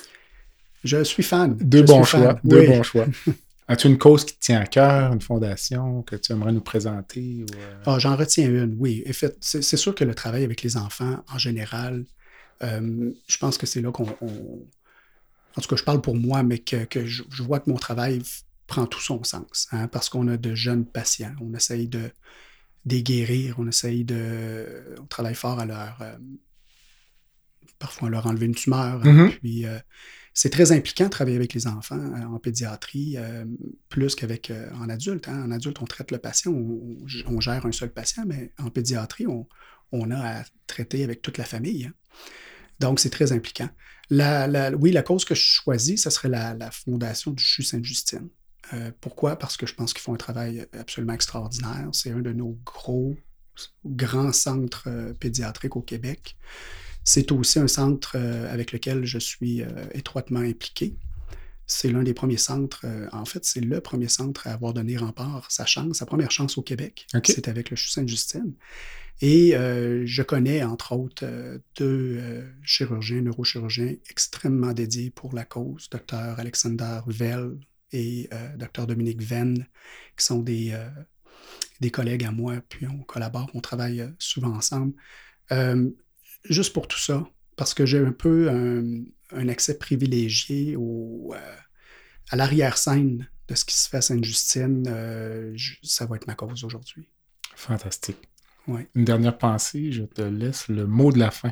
[SPEAKER 3] je suis fan.
[SPEAKER 4] Deux
[SPEAKER 3] Je
[SPEAKER 4] bons
[SPEAKER 3] suis
[SPEAKER 4] choix.
[SPEAKER 3] fan.
[SPEAKER 4] Deux
[SPEAKER 3] Oui.
[SPEAKER 4] bons choix. As-tu une cause qui te tient à cœur, une fondation que tu aimerais nous présenter? Ou, euh...
[SPEAKER 3] Ah, j'en retiens une, oui. En fait, c'est, c'est sûr que le travail avec les enfants, en général, euh, je pense que c'est là qu'on... on... En tout cas, je parle pour moi, mais que, que je, je vois que mon travail f- prend tout son sens. Hein, parce qu'on a de jeunes patients. On essaye de les guérir. On essaye de... On travaille fort à leur... Euh, parfois, à leur enlever une tumeur. Hein,
[SPEAKER 4] Mhm.
[SPEAKER 3] puis... Euh, c'est très impliquant de travailler avec les enfants euh, en pédiatrie, euh, plus qu'avec euh, en adulte. Hein. En adulte, on traite le patient, on, on gère un seul patient, mais en pédiatrie, on, on a à traiter avec toute la famille. Hein. Donc, c'est très impliquant. La, la, oui, la cause que je choisis, ce serait la, la fondation du C H U Sainte-Justine. Euh, pourquoi? Parce que je pense qu'ils font un travail absolument extraordinaire. C'est un de nos gros, grands centres euh, pédiatriques au Québec. C'est aussi un centre euh, avec lequel je suis euh, étroitement impliqué. C'est l'un des premiers centres, euh, en fait, c'est le premier centre à avoir donné rempart sa chance, sa première chance au Québec.
[SPEAKER 4] Okay.
[SPEAKER 3] C'est avec le C H U Sainte-Justine. Et euh, je connais, entre autres, euh, deux euh, chirurgiens, neurochirurgiens extrêmement dédiés pour la cause, docteur Alexander Vell et euh, docteur Dominique Venn, qui sont des, euh, des collègues à moi, puis on collabore, on travaille euh, souvent ensemble. Euh, Juste pour tout ça, parce que j'ai un peu un, un accès privilégié au, euh, à l'arrière-scène de ce qui se fait à Sainte-Justine. Euh, je, ça va être ma cause aujourd'hui.
[SPEAKER 4] Fantastique.
[SPEAKER 3] Ouais.
[SPEAKER 4] Une dernière pensée, je te laisse le mot de la fin.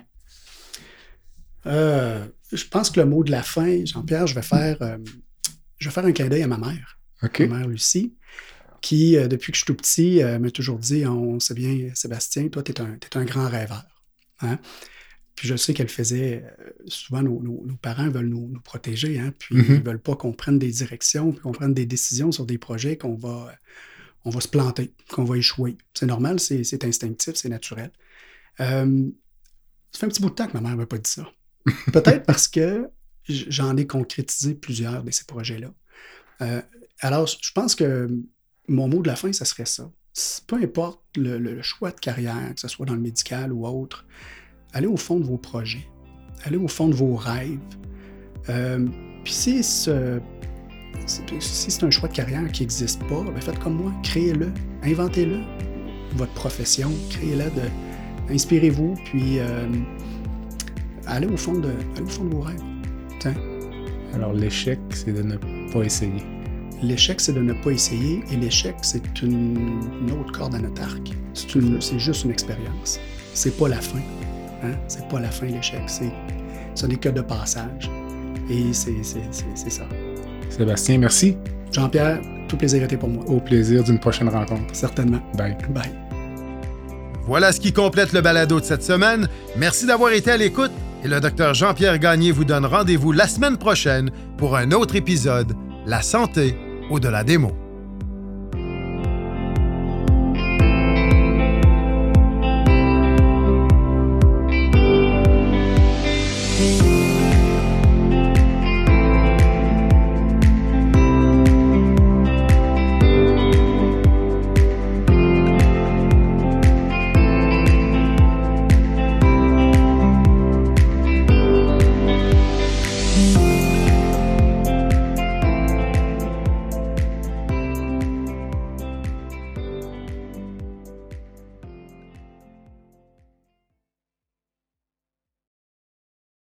[SPEAKER 3] Euh, je pense que le mot de la fin, Jean-Pierre, je vais faire, euh, je vais faire un clin d'œil à ma mère,
[SPEAKER 4] Okay.
[SPEAKER 3] ma mère Lucie, qui, euh, depuis que je suis tout petit, euh, m'a toujours dit, on sait bien, Sébastien, toi, tu es un, t'es un grand rêveur. Hein? Puis je sais qu'elle faisait, euh, souvent nos, nos, nos parents veulent nous, nous protéger, hein? Puis mm-hmm. ils ne veulent pas qu'on prenne des directions, puis qu'on prenne des décisions sur des projets qu'on va, on va se planter, qu'on va échouer. C'est normal, c'est, c'est instinctif, c'est naturel. Euh, ça fait un petit bout de temps que ma mère ne m'a pas dit ça. Peut-être parce que j'en ai concrétisé plusieurs de ces projets-là. Euh, alors, je pense que mon mot de la fin, ça serait ça. Peu importe le, le choix de carrière, que ce soit dans le médical ou autre, allez au fond de vos projets, allez au fond de vos rêves. Euh, Puis si, ce, si c'est un choix de carrière qui n'existe pas, bien faites comme moi, créez-le, inventez-le, votre profession, créez-la, de, inspirez-vous, puis euh, allez, au fond de, allez au fond de vos rêves. Tiens.
[SPEAKER 4] Alors l'échec, c'est de ne pas essayer.
[SPEAKER 3] L'échec, c'est de ne pas essayer, et l'échec, c'est une, une autre corde à notre arc. C'est, une, c'est juste une expérience. C'est pas la fin. Hein? C'est pas la fin, l'échec. C'est, ce n'est que de passage. Et c'est, c'est, c'est, c'est ça.
[SPEAKER 4] Sébastien, merci.
[SPEAKER 3] Jean-Pierre, tout plaisir était pour moi.
[SPEAKER 4] Au plaisir d'une prochaine rencontre.
[SPEAKER 3] Certainement.
[SPEAKER 4] Bye.
[SPEAKER 3] Bye.
[SPEAKER 1] Voilà ce qui complète le balado de cette semaine. Merci d'avoir été à l'écoute et le docteur Jean-Pierre Gagné vous donne rendez-vous la semaine prochaine pour un autre épisode, La santé au-delà des mots.